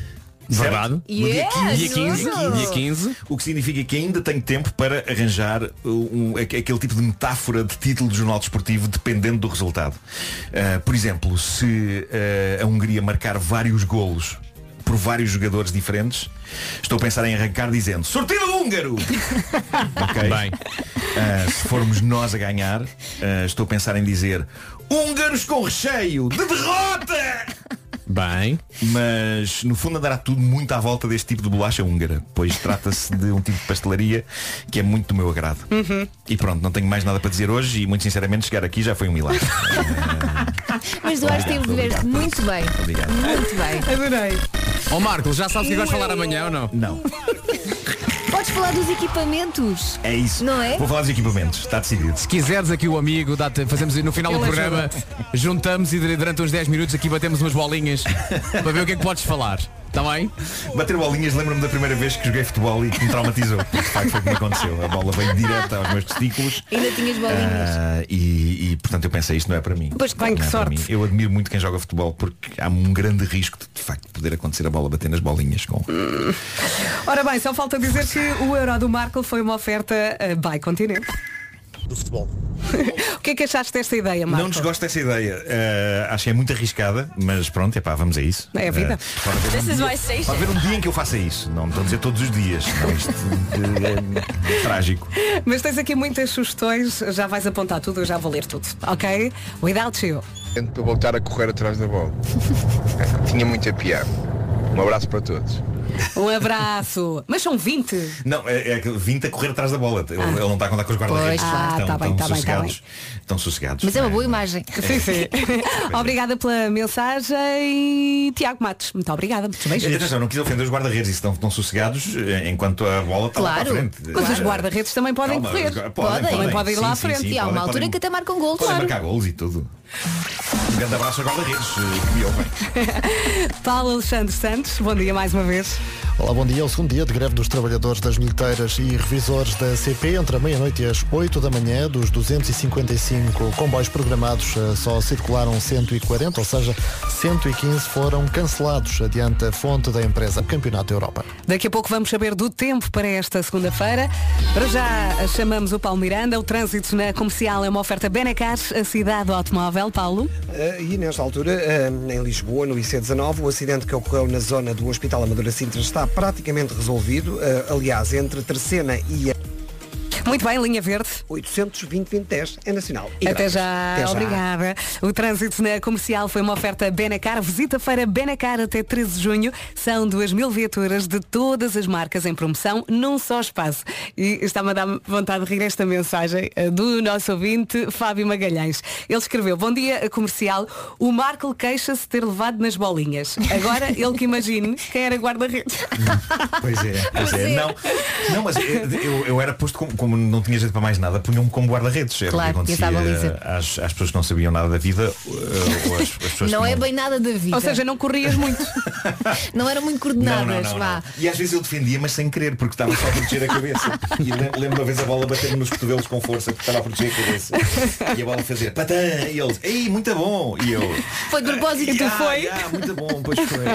Verdade. No dia Yes, quinze, Dia quinze, dia quinze. O que significa que ainda tenho tempo para arranjar um, um, aquele tipo de metáfora de título de jornal desportivo dependendo do resultado. Uh, por exemplo, se uh, a Hungria marcar vários golos por vários jogadores diferentes, estou a pensar em arrancar dizendo sorteio húngaro! Ok? Bem. Uh, se formos nós a ganhar, uh, estou a pensar em dizer húngaros com recheio de derrota! Bem. Mas no fundo andará tudo muito à volta deste tipo de bolacha húngara, pois trata-se de um tipo de pastelaria que é muito do meu agrado. Uhum. E pronto, não tenho mais nada para dizer hoje e muito sinceramente chegar aqui já foi um milagre. Mas tu acho que desenvolveste muito bem. Obrigado. Muito bem. Adorei. Ó Marco, já sabes que vais falar amanhã ou não? Não. Podes falar dos equipamentos. É isso. Não é? Vou falar dos equipamentos, está decidido. Se quiseres aqui o amigo, dá-te- fazemos no final do Ele programa, juntamos e durante uns dez minutos aqui batemos umas bolinhas para ver o que é que podes falar. Está bem? Bater bolinhas, lembro-me da primeira vez que joguei futebol e que me traumatizou. De facto foi o que me aconteceu. A bola veio direta aos meus testículos. Ainda tinhas bolinhas. Ah, e, e portanto eu pensei, isto não é para mim. Pois bem, que Não é para sorte. mim. Eu admiro muito quem joga futebol porque há um grande risco de, de facto poder acontecer a bola bater nas bolinhas com. Ora bem, só falta dizer que o Euro do Marco foi uma oferta uh, by Continente. Do futebol. O que é que achaste desta ideia, Marco? Não desgosto dessa ideia. Uh, acho que é muito arriscada, mas pronto, epá, vamos a isso. É a vida. Uh, pode, haver This um is dia, my station. pode haver um dia em que eu faça isso. Não estou a dizer todos os dias. Não, isto é, é trágico. Mas tens aqui muitas sugestões, já vais apontar tudo, eu já vou ler tudo, ok? Without you. Para voltar a correr atrás da bola. Tinha muita piada. Um abraço para todos. Um abraço. Mas são vinte. Não, é, é que vinte a correr atrás da bola. Ele, Ah. ele não está a contar com os guarda-redes. Pois. Ah, estão, tá bem, estão tá bem, tá sossegados. Estão sossegados. Mas é uma não boa imagem. Sim, sim. Obrigada pela mensagem e Tiago Matos. Muito obrigada. Muitos E, beijos. atenção, não quis ofender os guarda-redes e estão, estão sossegados eh, enquanto a bola está lá Claro. para a frente. Mas os guarda-redes também podem Calma, correr. os gua- Podem. Também podem ir Sim, lá à sim, frente. sim, E há uma podem, altura podem- que até marcam gol, Podem claro. marcar golos e tudo. Um grande abraço aos guarda-redes eh, que me ouvem. Paulo Alexandre Santos, bom dia mais uma vez. Olá, bom dia. É o segundo dia de greve dos trabalhadores das bilheteiras e revisores da C P. Entre a meia-noite e as oito da manhã, dos duzentos e cinquenta e cinco comboios programados, eh, só circularam cento e quarenta, ou seja, cento e quinze foram cancelados, adiante a fonte da empresa Campeonato da Europa. Daqui a pouco vamos saber do tempo para esta segunda-feira. Para já chamamos o Paulo Miranda. O trânsito na comercial é uma oferta Benacar, a cidade do automóvel. Paulo? Uh, e nesta altura, uh, em Lisboa, no I C dezanove, o acidente que ocorreu na zona do Hospital Amadora Sintra está praticamente resolvido. Uh, aliás, entre Terceira e a Muito bem, linha verde. oitocentos e vinte, vinte, dez é nacional. E Até grátis. já, Até já. obrigada. O trânsito na comercial foi uma oferta Benacar. Visita a feira Benacar até treze de junho. São duas mil viaturas de todas as marcas em promoção num só espaço. E está-me a dar vontade de rir esta mensagem eh, do nosso ouvinte, Fábio Magalhães. Ele escreveu: bom dia, comercial. O Marco queixa-se de ter levado nas bolinhas. Agora ele que imagine quem era guarda-redes. Pois é, pois é. Não, não, mas eu, eu, eu era posto como, como não tinha jeito para mais nada, punham-me como guarda-redes. Era Claro, o que e essa acontecia baliza. às, às pessoas que não sabiam nada da vida, uh, ou às, às pessoas Não que é bem nada da vida. Ou seja, não corrias muito. Não eram muito Não, coordenadas, não, não, vá. não. E às vezes eu defendia, mas sem querer, porque estava só a proteger a cabeça. E lem- lembro uma vez a bola bater-me nos cotovelos com força, porque estava a proteger a cabeça. E a bola fazia patã, e eles, ei, muito bom! E eu, Foi de propósito. E tu ah, foi? ah, muito bom, pois foi.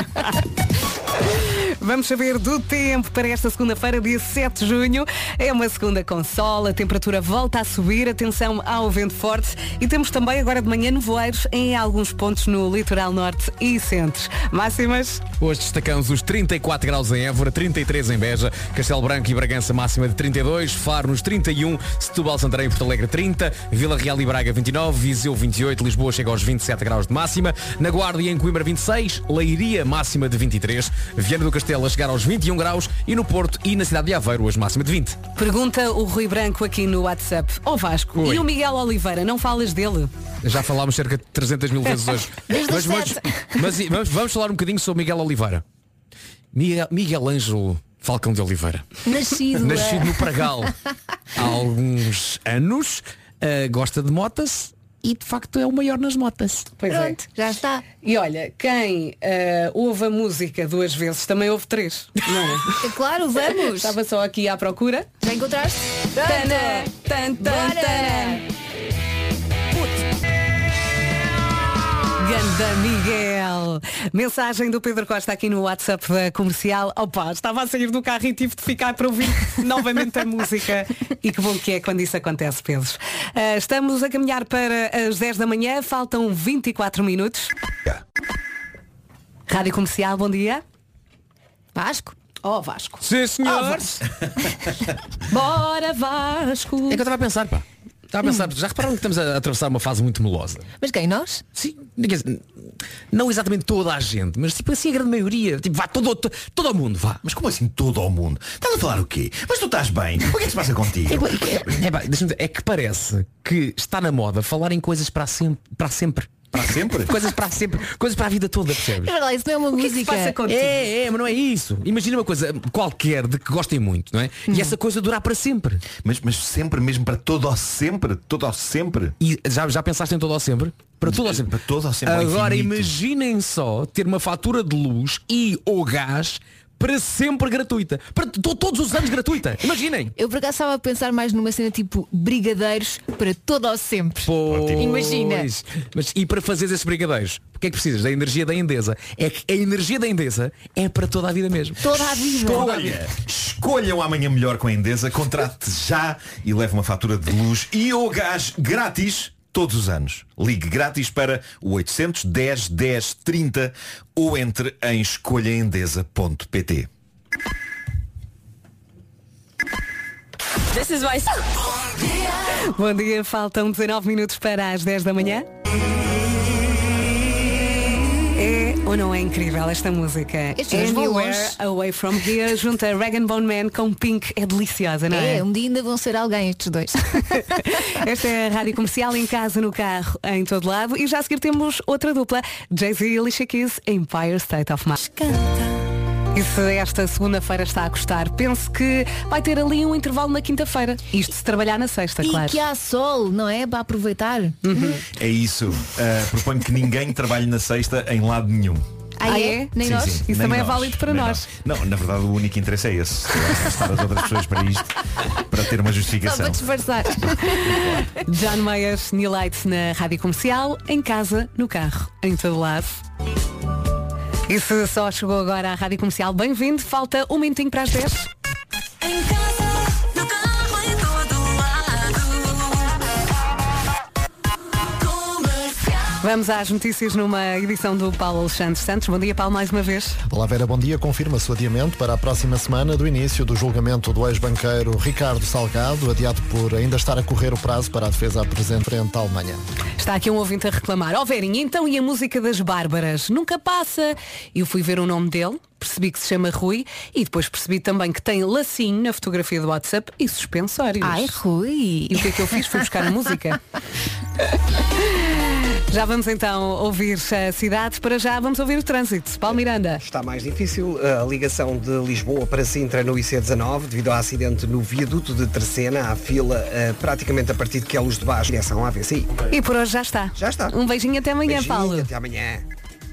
Vamos saber do tempo para esta segunda-feira, dia sete de junho. É uma segunda com sol, a temperatura volta a subir, atenção ao vento forte e temos também agora de manhã nevoeiros em alguns pontos no litoral norte e centro. Máximas? Hoje destacamos os trinta e quatro graus em Évora, trinta e três em Beja, Castelo Branco e Bragança máxima de trinta e dois, Faro nos trinta e um, Setúbal, Santarém e Porto Alegre trinta, Vila Real e Braga vinte e nove, Viseu vinte e oito, Lisboa chega aos vinte e sete graus de máxima, na Guarda e em Coimbra vinte e seis, Leiria máxima de vinte e três, Viana do Castelo a chegar aos vinte e um graus e no Porto e na cidade de Aveiro hoje máxima de vinte. Pergunta o Rui Branco aqui no WhatsApp. Ó Vasco, Oi. e o Miguel Oliveira, não falas dele? Já falámos cerca de trezentas mil vezes hoje. Desde mas, as mas, sete. mas vamos, vamos falar um bocadinho sobre Miguel Oliveira. Miguel, Miguel Ângelo Falcão de Oliveira. Nascido. Nascido é. no Pragal há alguns anos, ah, gosta de motas e de facto é o maior nas motas. Pois Pronto, já está. é. E olha, quem ah, ouve a música duas vezes também ouve três. Não é? É claro, vamos. Estava só aqui à procura. Já encontraste? Tana, tan, tan, Bora. tana. Ganda Miguel. Mensagem do Pedro Costa aqui no WhatsApp da Comercial. Opa, estava a sair do carro e tive de ficar para ouvir novamente a música. E que bom que é quando isso acontece, Pedro. Uh, estamos a caminhar para as dez da manhã, faltam vinte e quatro minutos. Rádio Comercial, bom dia. Vasco. Oh, Vasco. Sim, senhores. Oh, Bora, Vasco. É que eu estava a pensar, pá. Estava a pensar, hum. já repararam que estamos a atravessar uma fase muito melosa? Mas quem, nós? Sim, não exatamente toda a gente, mas tipo assim a grande maioria. Tipo, vá todo, todo, todo o mundo, vá. Mas como assim todo o mundo? Estás a falar o quê? Mas tu estás bem? O que é que se passa contigo? É, é, é, pá, deixa-me dizer, é que parece que está na moda falar em coisas para sempre. Para sempre. Para sempre? Coisas para sempre, coisas para a vida toda, percebes? É verdade, isso não é uma o música. Que é, que passa contigo? é, é, mas não é isso. Imagina uma coisa qualquer de que gostem muito, não é? Hum. E essa coisa durar para sempre. Mas, mas sempre mesmo para todo ao sempre? Todo ao sempre? E já, já pensaste em todo ao sempre? Para todo ao sempre. Para todo ao sempre. Agora imaginem só ter uma fatura de luz e ou gás para sempre gratuita. Para to todos os anos gratuita. Imaginem. Eu por acaso estava a pensar mais numa cena tipo brigadeiros para todo ao sempre. Pois. Imagina. Mas e para fazer esses brigadeiros? O que é que precisas? Da energia da Endesa. É que a energia da Endesa é para toda a vida mesmo. Toda a vida. Toda a vida. Escolha um amanhã melhor com a Endesa. Contrate já e leve uma fatura de luz e ou gás grátis todos os anos. Ligue grátis para o oitocentos, dez, dez, trinta ou entre em escolha endesa ponto pt. This is my... Bom dia, faltam dezanove minutos para as dez da manhã. É ou não é incrível esta música? Anywhere Away From Here junta Rag and Bone Man com Pink. É deliciosa, não é? É, um dia ainda vão ser alguém estes dois. Esta é a Rádio Comercial, em casa, no carro, em todo lado. E já a seguir temos outra dupla, Jay-Z e Alicia Keys, Empire State of Mind. E se esta segunda-feira está a gostar, pense que vai ter ali um intervalo na quinta-feira. Isto se trabalhar na sexta, e claro. E que há sol, não é? Para aproveitar. Uhum. É isso. Uh, proponho que ninguém trabalhe na sexta em lado nenhum. Ah, é? Nem sim, nós? Sim, Isso nem também nós, é válido para nós. nós. Não, na verdade o único interesse é esse. Estar as outras pessoas para isto, para ter uma justificação. Só para disfarçar. John Mayers, New Lights na Rádio Comercial, em casa, no carro, em todo lado. E se só chegou agora à Rádio Comercial, bem-vindo. Falta um minutinho para as dez. Em casa, no carro, em todo lado. Vamos às notícias numa edição do Paulo Alexandre Santos. Bom dia, Paulo, mais uma vez. Olá, Vera, bom dia. Confirma-se o adiamento para a próxima semana do início do julgamento do ex-banqueiro Ricardo Salgado, adiado por ainda estar a correr o prazo para a defesa apresentar frente à Alemanha. Está aqui um ouvinte a reclamar. Ó, oh, Verinha, então e a música das Bárbaras? Nunca passa. Eu fui ver o nome dele, percebi que se chama Rui e depois percebi também que tem lacinho na fotografia do WhatsApp e suspensórios. Ai, Rui. E o que é que eu fiz? Fui buscar a música. Já vamos então ouvir a cidade. Para já vamos ouvir o trânsito. Paulo Miranda. Está mais difícil a ligação de Lisboa para Sintra no I C dezanove devido ao acidente no viaduto de Terceira. Há fila uh, praticamente a partir de que é a Luz de Baixo, direção à A V C I. E por hoje já está. Já está. Um beijinho até amanhã, beijinho, Paulo. Até amanhã.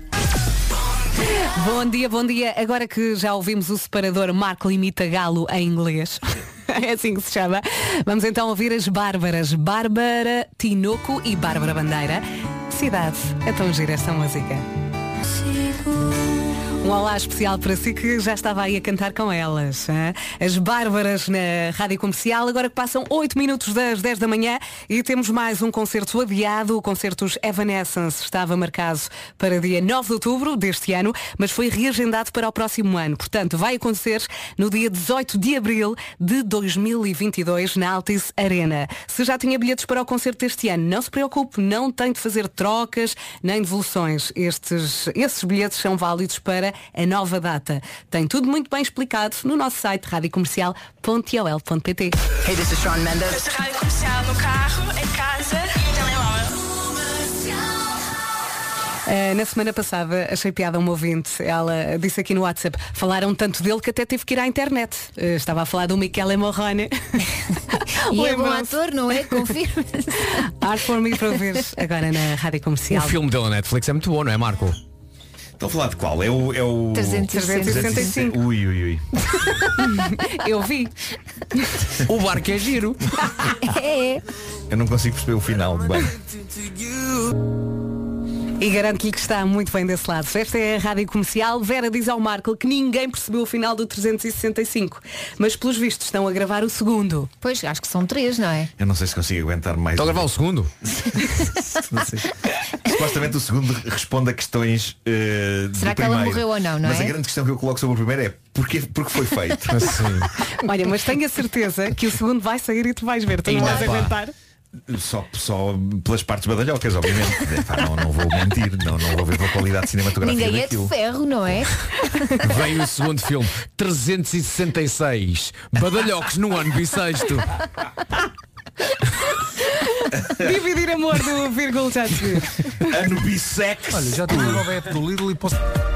Bom dia, bom dia. Agora que já ouvimos o separador Marco imita galo em inglês. É assim que se chama. Vamos então ouvir as Bárbaras. Bárbara Tinoco e Bárbara Bandeira. Cidade. É tão gira esta música. Um olá especial para si que já estava aí a cantar com elas. Hein? As Bárbaras na Rádio Comercial, agora que passam oito minutos das dez da manhã e temos mais um concerto adiado. O concerto dos Evanescence estava marcado para dia nove de outubro deste ano, mas foi reagendado para o próximo ano. Portanto, vai acontecer no dia dezoito de abril de dois mil e vinte e dois na Altice Arena. Se já tinha bilhetes para o concerto deste ano, não se preocupe, não tem de fazer trocas nem devoluções. Estes, esses bilhetes são válidos para a nova data. Tem tudo muito bem explicado no nosso site rádio comercial ponto i o l ponto p t. Hey, this is Shawn Mendes. Esta Rádio Comercial no carro, em casa e no telemóvel. Uh, na semana passada achei piada uma ouvinte. Ela disse aqui no WhatsApp, falaram tanto dele que até teve que ir à internet. Uh, estava a falar do Michele Morrone. E é bom ator, não é? Confirma. Art for me para ouvir agora na Rádio Comercial. O filme dele na Netflix é muito bom, não é, Marco? Estão a falar de qual? É o... É o... trezentos e sessenta e cinco. Ui, ui, ui. Eu vi. O barco é giro. É. Eu não consigo perceber o final. Bem. E garanto-lhe que está muito bem desse lado. Esta é a Rádio Comercial. Vera diz ao Marco que ninguém percebeu o final do trezentos e sessenta e cinco. Mas pelos vistos estão a gravar o segundo. Pois, acho que são três, não é? Eu não sei se consigo aguentar mais. Estão a gravar o segundo? Não sei. Supostamente o segundo responde a questões uh, Será do que ela primeiro. morreu ou não, não Mas é? a grande questão que eu coloco sobre o primeiro é porquê, porque foi feito. Olha, mas tenho a certeza que o segundo vai sair e tu vais ver. Tu não Ainda vais pá. aguentar. Só, só pelas partes badalhocas, obviamente. Epá, não, não vou mentir, não, não vou ver pela qualidade cinematográfica Ninguém é daquilo. de ferro, não é? Vem o segundo filme, trezentos e sessenta e seis. Badalhocos no ano bissexto. Dividir amor do vírgula já te Ano bissex. Olha, já tenho uma nova app do Lidl e posso...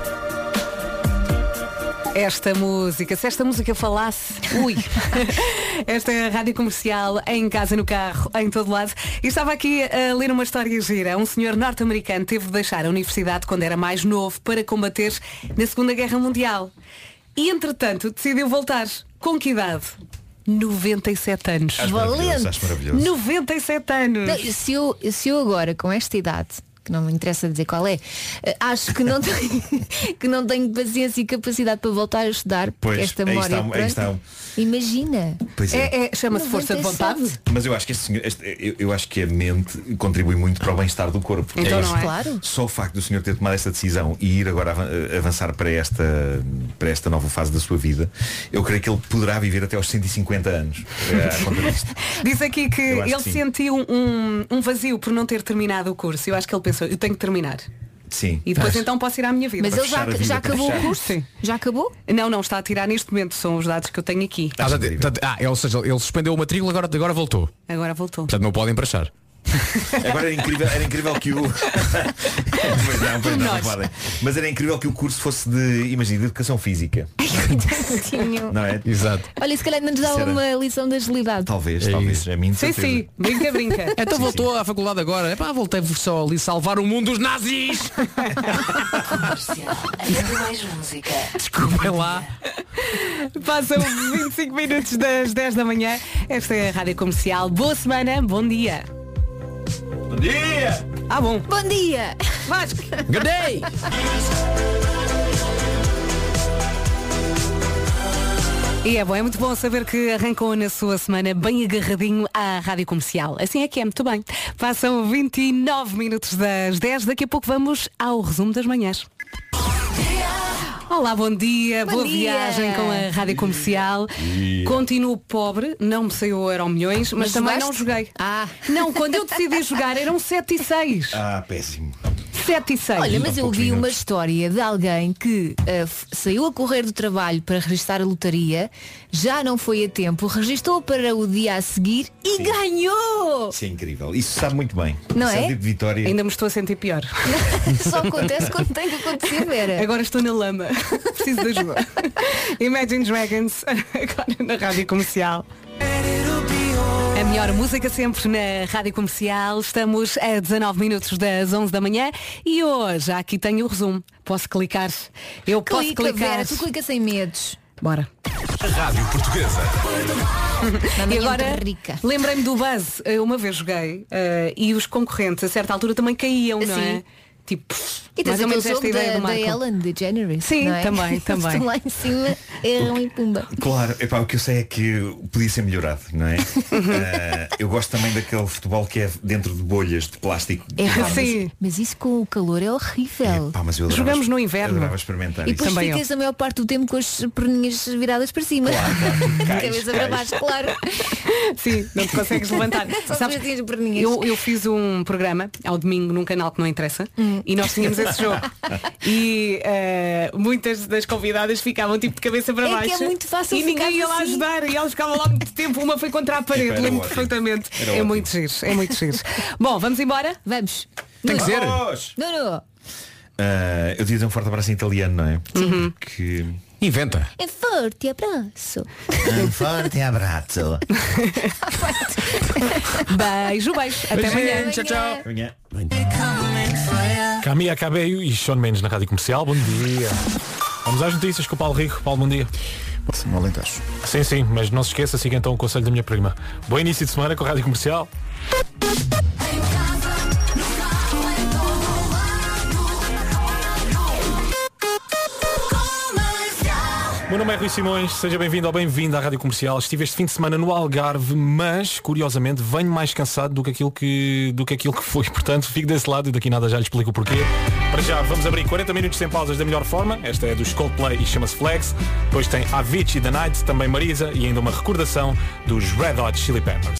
Esta música, se esta música falasse, ui. Esta é a Rádio Comercial, em casa, no carro, em todo lado. E estava aqui a ler uma história gira. Um senhor norte-americano teve de deixar a universidade quando era mais novo para combater na Segunda Guerra Mundial. E entretanto decidiu voltar. Com que idade? noventa e sete anos. Acho maravilhoso, acho maravilhoso. noventa e sete anos. Não, se, eu, se eu agora, com esta idade, que não me interessa dizer qual é, eh, acho que não tenho, que não tenho paciência e capacidade para voltar a estudar, Pois, porque esta aí memória. está, aí está. Imagina. Pois é. É, é, chama-se força de vontade. Mas eu acho que este senhor, este- eu, eu acho que a mente contribui muito para o bem-estar do corpo. Então Eu não acho- é? Claro. Só o facto do senhor ter tomado esta decisão e ir agora avan- avançar para esta, para esta nova fase da sua vida, eu creio que ele poderá viver até aos cento e cinquenta anos. É, à conta disto. Diz aqui que Eu acho ele que sim. sentiu um, um vazio por não ter terminado o curso. Eu acho que ele pensou, eu tenho que terminar. Sim. E depois Mas- então posso ir à minha vida. Mas ele já, fechar a vida, já para acabou o fechar. curso? Sim. Já acabou? Não, não, está a tirar neste momento. São os dados que eu tenho aqui. Ah, já te- tá- ah, é, ou seja, ele suspendeu a matrícula, agora, agora voltou. Agora voltou. Portanto, não podem emprestar. Agora era incrível, era incrível que o. Pois não, pois não, Nós. não podem. Mas era incrível que o curso fosse de, imagina, de educação física. Tadinho. Não é? Exato. Olha, se calhar não nos dava Será? uma lição de agilidade. Talvez, É talvez. isso. A mim de Sim, certeza. sim, brinca, brinca. Então voltou à faculdade agora. Epá, voltei só ali salvar o mundo dos nazis. Ainda mais música. Desculpem lá. Passam vinte e cinco minutos das dez da manhã. Esta é a Rádio Comercial. Boa semana, bom dia. Bom dia! Ah, bom. Bom dia! Vasco. Good day. E é bom, é muito bom saber que arrancou na sua semana bem agarradinho à Rádio Comercial. Assim é que é, muito bem. Passam vinte e nove minutos das dez. Daqui a pouco vamos ao resumo das manhãs. Olá, bom dia, Bom boa dia. viagem com a Rádio Comercial. Continuo pobre, não me saiu o Euro Milhões, mas, Mas também jogaste? não joguei. Ah. Não, quando eu decidi jogar eram sete e seis. Ah, péssimo. sete e seis. Olha, mas eu poucos vi uma minutos. história de alguém que uh, f- saiu a correr do trabalho para registrar a lotaria, já não foi a tempo, registou para o dia a seguir e Sim. ganhou! Isso é incrível. Isso sabe muito bem. Não Isso é? um tipo de vitória. Ainda me estou a sentir pior. Só acontece quando tem que acontecer, Vera. Agora estou na lama. Preciso de ajuda. Imagine Dragons, agora na Rádio Comercial. A melhor música sempre na Rádio Comercial. Estamos a dezenove minutos das onze da manhã e hoje aqui tenho o resumo. Posso clicar? Eu posso Clica, clicar. Vera, tu clica sem medos. Bora. Rádio Portuguesa. Uma E manhã agora muito rica. lembrei-me do Buzz. Eu uma vez joguei eh, e os concorrentes a certa altura também caíam, não Sim. é? Tipo, E mais tens ou aquele menos esta jogo ideia da, do da Marco. Ellen DeGeneres. Sim, não é? também, Eles também. Estão lá em cima, erram e pumba. Claro, epá, o que eu sei é que podia ser melhorado, não é? Ah, eu gosto também daquele futebol que é dentro de bolhas de plástico. É pá, Sim. mas, mas isso com o calor é horrível. Pá, mas eu adorava- Jogamos no inverno. Adorava experimentar E isso. depois Também ficas a maior parte do tempo com as perninhas viradas para cima. Claro, claro. Cais, Cabeça para cais. baixo, claro. Sim, não te consegues levantar. Só Sabes, duas as perninhas. eu, eu fiz um programa ao domingo num canal que não interessa Hum. e nós tínhamos esse jogo. E eh, muitas das convidadas ficavam tipo de cabeça para É que baixo. é muito fácil e ninguém ficar ia lá assim. ajudar. E elas ficavam lá muito tempo. Uma foi contra a parede, Era lembro ótimo. perfeitamente. Era É ótimo. muito giro, é muito giro. Bom, vamos embora? Vamos. Tem que ser. Vamos! Nuno, Ah, eu devia dizer um forte abraço em italiano, não é? Uhum. Porque... Inventa. é forte abraço. Um forte abraço. Beijo, beijo. Até amanhã. Tchau, tchau. Amanhã. Camila Cabello e Sean Mendes na Rádio Comercial. Bom dia. Vamos às notícias com o Paulo Rico. Paulo, bom dia. No Alentejo. Sim, sim, mas não se esqueça, siga então o conselho da minha prima. Bom início de semana com a Rádio Comercial. Meu nome é Rui Simões, seja bem-vindo ou bem-vindo à Rádio Comercial. Estive este fim de semana no Algarve, mas, curiosamente, venho mais cansado do que aquilo que, do que, aquilo que foi. Portanto, fico desse lado e daqui nada já lhe explico o porquê. Para já, vamos abrir quarenta minutos sem pausas da melhor forma. Esta é dos Coldplay e chama-se Flex. Depois tem Avicii The Night, também Marisa e ainda uma recordação dos Red Hot Chili Peppers.